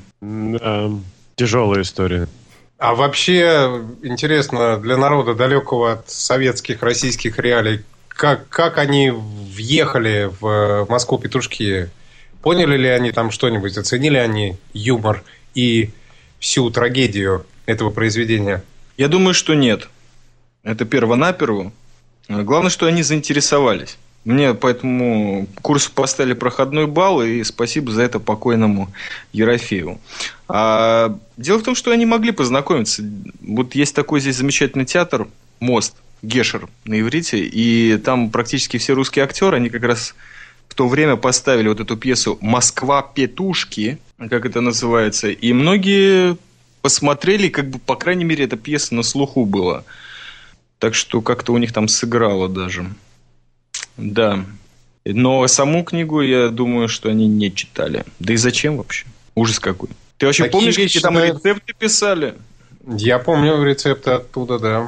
Тяжелая история. А вообще, интересно, для народа, далекого от советских, российских реалий, как они въехали в Москву-петушки? Поняли ли они там что-нибудь? Оценили они юмор и всю трагедию этого произведения? Я думаю, что нет. Это перво-наперво. Главное, что они заинтересовались. Мне по этому курсу поставили проходной балл, и спасибо за это покойному Ерофееву. А дело в том, что они могли познакомиться. Вот есть такой здесь замечательный театр «Мост», Гешер на иврите, и там практически все русские актеры, они как раз в то время поставили вот эту пьесу «Москва-петушки», как это называется, и многие посмотрели, как бы, по крайней мере, эта пьеса на слуху была. Так что как-то у них там сыграло даже. Да. Но саму книгу, я думаю, что они не читали. Да и зачем вообще? Ужас какой. Ты вообще Такие помнишь, вещи, какие там да, рецепты писали? Я помню рецепты оттуда, да.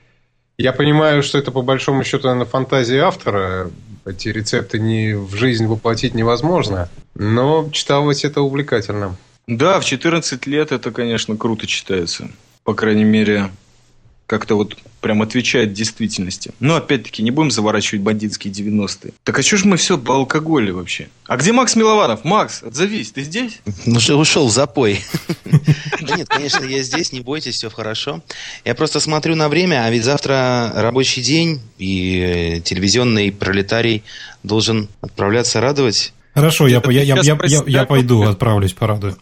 Я понимаю, что это по большому счету, наверное, фантазия автора. Эти рецепты в жизнь воплотить невозможно. Но читалось это увлекательно. Да, в 14 лет это, конечно, круто читается. По крайней мере, как-то вот прям отвечает действительности. Но, опять-таки, не будем заворачивать бандитские 90-е. Так а что же мы все по алкоголю вообще? А где Макс Милованов? Макс, отзовись, ты здесь? Ушел в запой. Да нет, конечно, я здесь, не бойтесь, все хорошо. Я просто смотрю на время, а ведь завтра рабочий день, и телевизионный пролетарий должен отправляться радовать. Хорошо, я пойду, отправлюсь, порадую.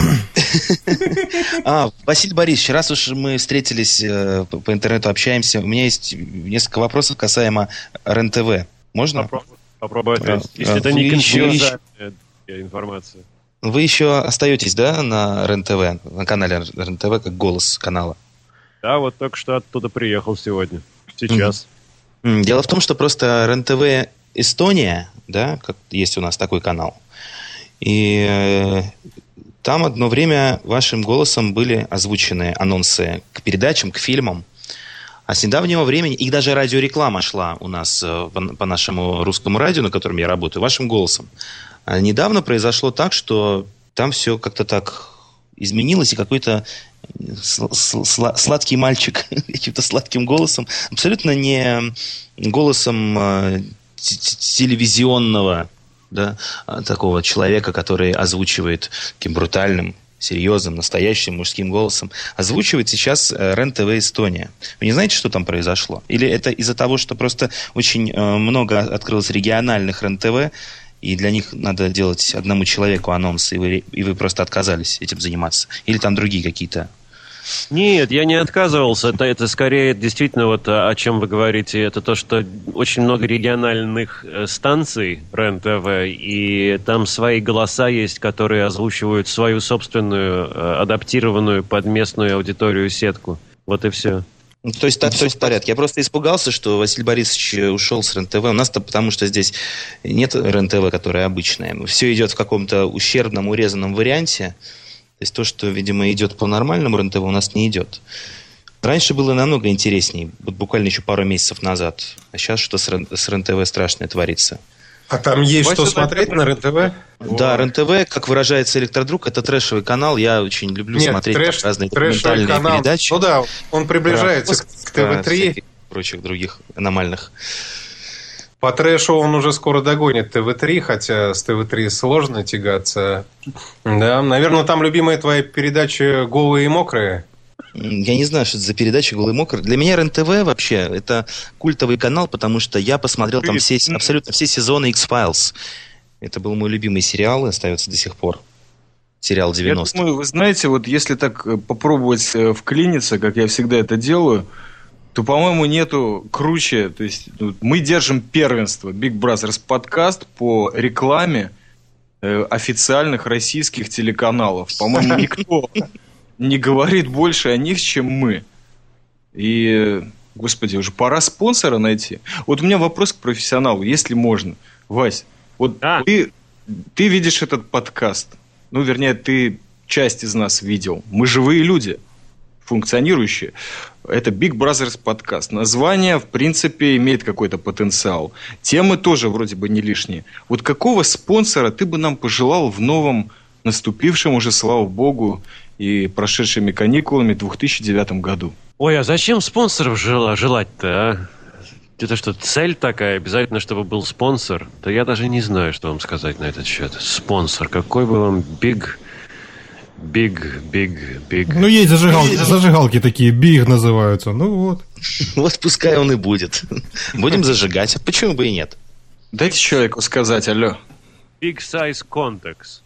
Василий Борисович, раз уж мы встретились по интернету, общаемся, у меня есть несколько вопросов касаемо РЕН-ТВ. Можно? Попробуй ответить. Если это не конфиденциальная информация. Вы еще остаетесь, да, на РЕН-ТВ, на канале РЕН-ТВ, как голос канала? Да, вот только что оттуда приехал сегодня. Сейчас. Дело в том, что просто РЕН-ТВ Эстония, да, как есть у нас такой канал, и там одно время вашим голосом были озвучены анонсы к передачам, к фильмам. А с недавнего времени, и даже радиореклама шла у нас по нашему русскому радио, на котором я работаю, вашим голосом. А недавно произошло так, что там все как-то так изменилось, и какой-то сладкий мальчик каким-то сладким голосом, абсолютно не голосом телевизионного, да, такого человека, который озвучивает таким брутальным серьезным, настоящим мужским голосом, озвучивает сейчас РЕН-ТВ Эстония. Вы не знаете, что там произошло? Или это из-за того, что просто очень много открылось региональных РЕН-ТВ, и для них надо делать одному человеку анонс, и вы просто отказались этим заниматься? Или там другие какие-то? Нет, я не отказывался. Это скорее действительно вот о чем вы говорите. Это то, что очень много региональных станций РЕН-ТВ, и там свои голоса есть, которые озвучивают свою собственную, адаптированную под местную аудиторию сетку. Вот и все. То есть в порядке. Я просто испугался, что Василий Борисович ушел с РЕН-ТВ. У нас-то потому что здесь нет РЕН-ТВ, которое обычное. Все идет в каком-то ущербном, урезанном варианте. То есть то, что, видимо, идет по нормальному РЕН-ТВ, у нас не идет. Раньше было намного интереснее, вот буквально еще пару месяцев назад. А сейчас что с РЕН-ТВ страшное творится. А там есть что смотреть на РЕН-ТВ? Да, РЕН-ТВ, как выражается Электродруг, это трэшевый канал. Я очень люблю смотреть разные документальные передачи. Ну да, он приближается к ТВ-3. И прочих других аномальных. По трэшу он уже скоро догонит ТВ-3, хотя с ТВ-3 сложно тягаться. Да, наверное, там любимая твоя передача «Голые и мокрые». Я не знаю, что это за передача «Голый и мокрый». Для меня РЕН-ТВ вообще это культовый канал, потому что я посмотрел там абсолютно все сезоны X-Files. Это был мой любимый сериал и остается до сих пор. Сериал 90-х. Я думаю, вы знаете, вот если так попробовать вклиниться, как я всегда это делаю, то, по-моему, нету круче. То есть мы держим первенство Big Brothers подкаст по рекламе официальных российских телеканалов. По-моему, никто не говорит больше о них, чем мы. И, господи, уже пора спонсора найти. Вот у меня вопрос к профессионалу, если можно. Вась, вот ты видишь этот подкаст. Ну, вернее, ты часть из нас видел. Мы живые люди, функционирующие. Это Big Brothers подкаст. Название, в принципе, имеет какой-то потенциал. Темы тоже вроде бы не лишние. Вот какого спонсора ты бы нам пожелал в новом, наступившем уже, слава богу, и прошедшими каникулами 2009 году? Ой, а зачем спонсоров желать-то, а? Это что, цель такая, обязательно, чтобы был спонсор? Да я даже не знаю, что вам сказать на этот счет. Спонсор, какой бы вам big. Ну, есть зажигалки такие, big называются, ну вот. Вот пускай он и будет. Будем зажигать, почему бы и нет? Дайте человеку сказать, алло. Big size contacts.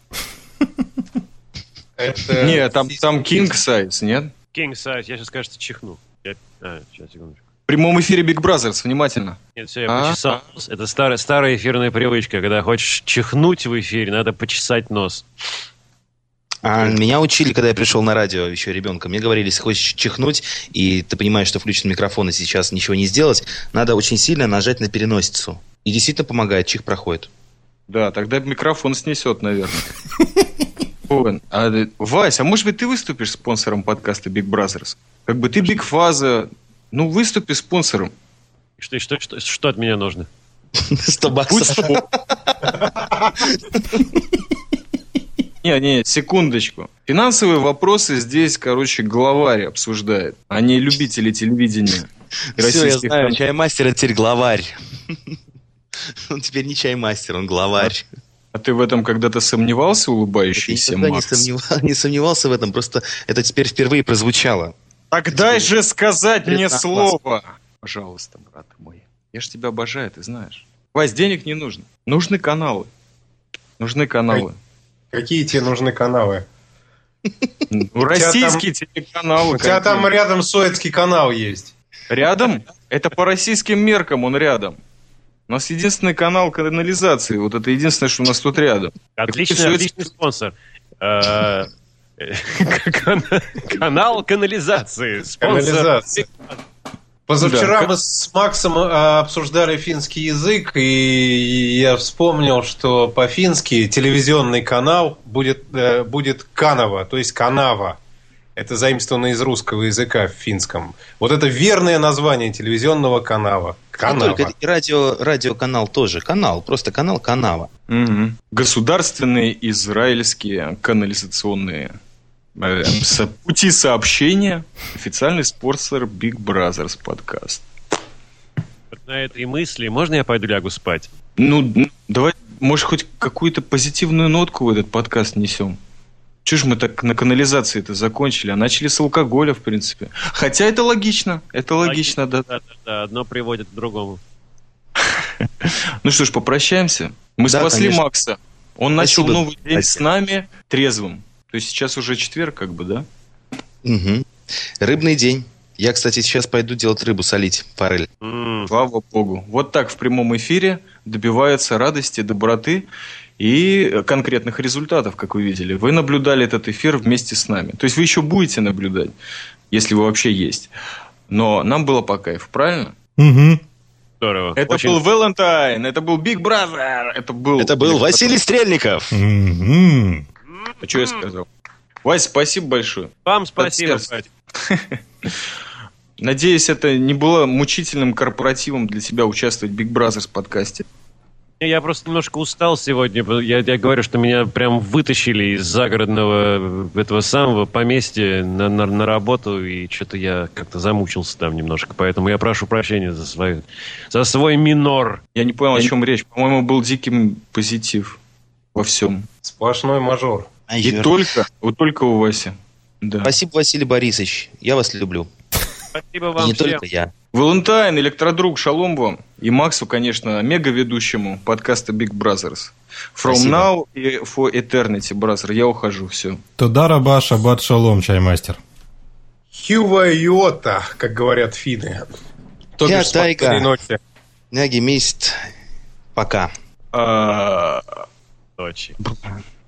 Нет, там king size, нет? King size, я сейчас, кажется, чихну. Сейчас, секундочку. В прямом эфире Big Brothers, внимательно. Нет, все, я почесал. Это старая эфирная привычка. Когда хочешь чихнуть в эфире, надо почесать нос. Меня учили, когда я пришел на радио еще ребенком. Мне говорили, если хочешь чихнуть, и ты понимаешь, что включен микрофон, и сейчас ничего не сделать, надо очень сильно нажать на переносицу. И действительно помогает, чих проходит. Да, тогда микрофон снесет, наверное. Вась, а может быть ты выступишь спонсором подкаста Big Brothers? Как бы ты Big Фаза, ну выступи спонсором. Что от меня нужно? 100 баксов. Не, секундочку. Финансовые вопросы здесь, главарь обсуждает, а не любители телевидения. Все, я знаю, чаймастер это теперь главарь. Он теперь не чаймастер, он главарь. А ты в этом когда-то сомневался, улыбающийся Макс? Не сомневался в этом, просто это теперь впервые прозвучало. Так дай же сказать мне слово! Пожалуйста, брат мой. Я ж тебя обожаю, ты знаешь. Вась, денег не нужно. Нужны каналы. Какие тебе нужны каналы? Российские телеканалы. У тебя там рядом Суэцкий канал есть. Рядом? Это по российским меркам он рядом. У нас единственный канал канализации. Вот это единственное, что у нас тут рядом. Отличный спонсор. Канал канализации. Спонсор. Позавчера мы с Максом обсуждали финский язык, и я вспомнил, что по-фински телевизионный канал будет Канава, то есть Канава. Это заимствовано из русского языка в финском. Вот это верное название телевизионного канала. Канава. Только радиоканал тоже. Канал, просто канал Канава. Угу. Государственные израильские канализационные пути сообщения. Официальный спонсор Big Brothers подкаст. Вот на этой мысли можно я пойду лягу спать? Ну, давай, может, хоть какую-то позитивную нотку в этот подкаст несем. Чего ж мы так на канализации-то закончили, а начали с алкоголя, в принципе. Хотя это логично, да. Да, одно приводит к другому. Ну что ж, попрощаемся. Мы спасли Макса. Он начал новый день с нами трезвым. То есть сейчас уже четверг, как бы, да? Угу. Рыбный день. Я, кстати, сейчас пойду делать рыбу солить, форель. Слава богу. Вот так в прямом эфире добиваются радости, доброты и конкретных результатов, как вы видели. Вы наблюдали этот эфир вместе с нами. То есть вы еще будете наблюдать, если вы вообще есть. Но нам было по кайфу, правильно? Угу. Здорово. Это был Valentine, это был Big Brother, это был Василий Стрельников. Угу. А что я сказал? Вася, спасибо большое. Вам спасибо, Вадик. Надеюсь, это не было мучительным корпоративом для тебя участвовать в Big Brothers подкасте. Я просто немножко устал сегодня. Я говорю, что меня прям вытащили из загородного этого самого поместья на работу, и что-то я как-то замучился там немножко. Поэтому я прошу прощения за свой минор. Я не понял, о чем речь. По-моему, был дикий позитив во всем. Сплошной мажор. И только у Васи. Да. Спасибо, Василий Борисович. Я вас люблю. Спасибо вам И не всем. только я. Валентайн, электродруг, шалом вам. И Максу, конечно, мега-ведущему подкаста Big Brothers. From Спасибо. now и for eternity, brother. Я ухожу, все. Тода раба, шаббат шалом, чаймастер. Хьюва Йота, как говорят финны. То Я бишь, спокойной тайга. ночи. Няги мист. Пока. Точно.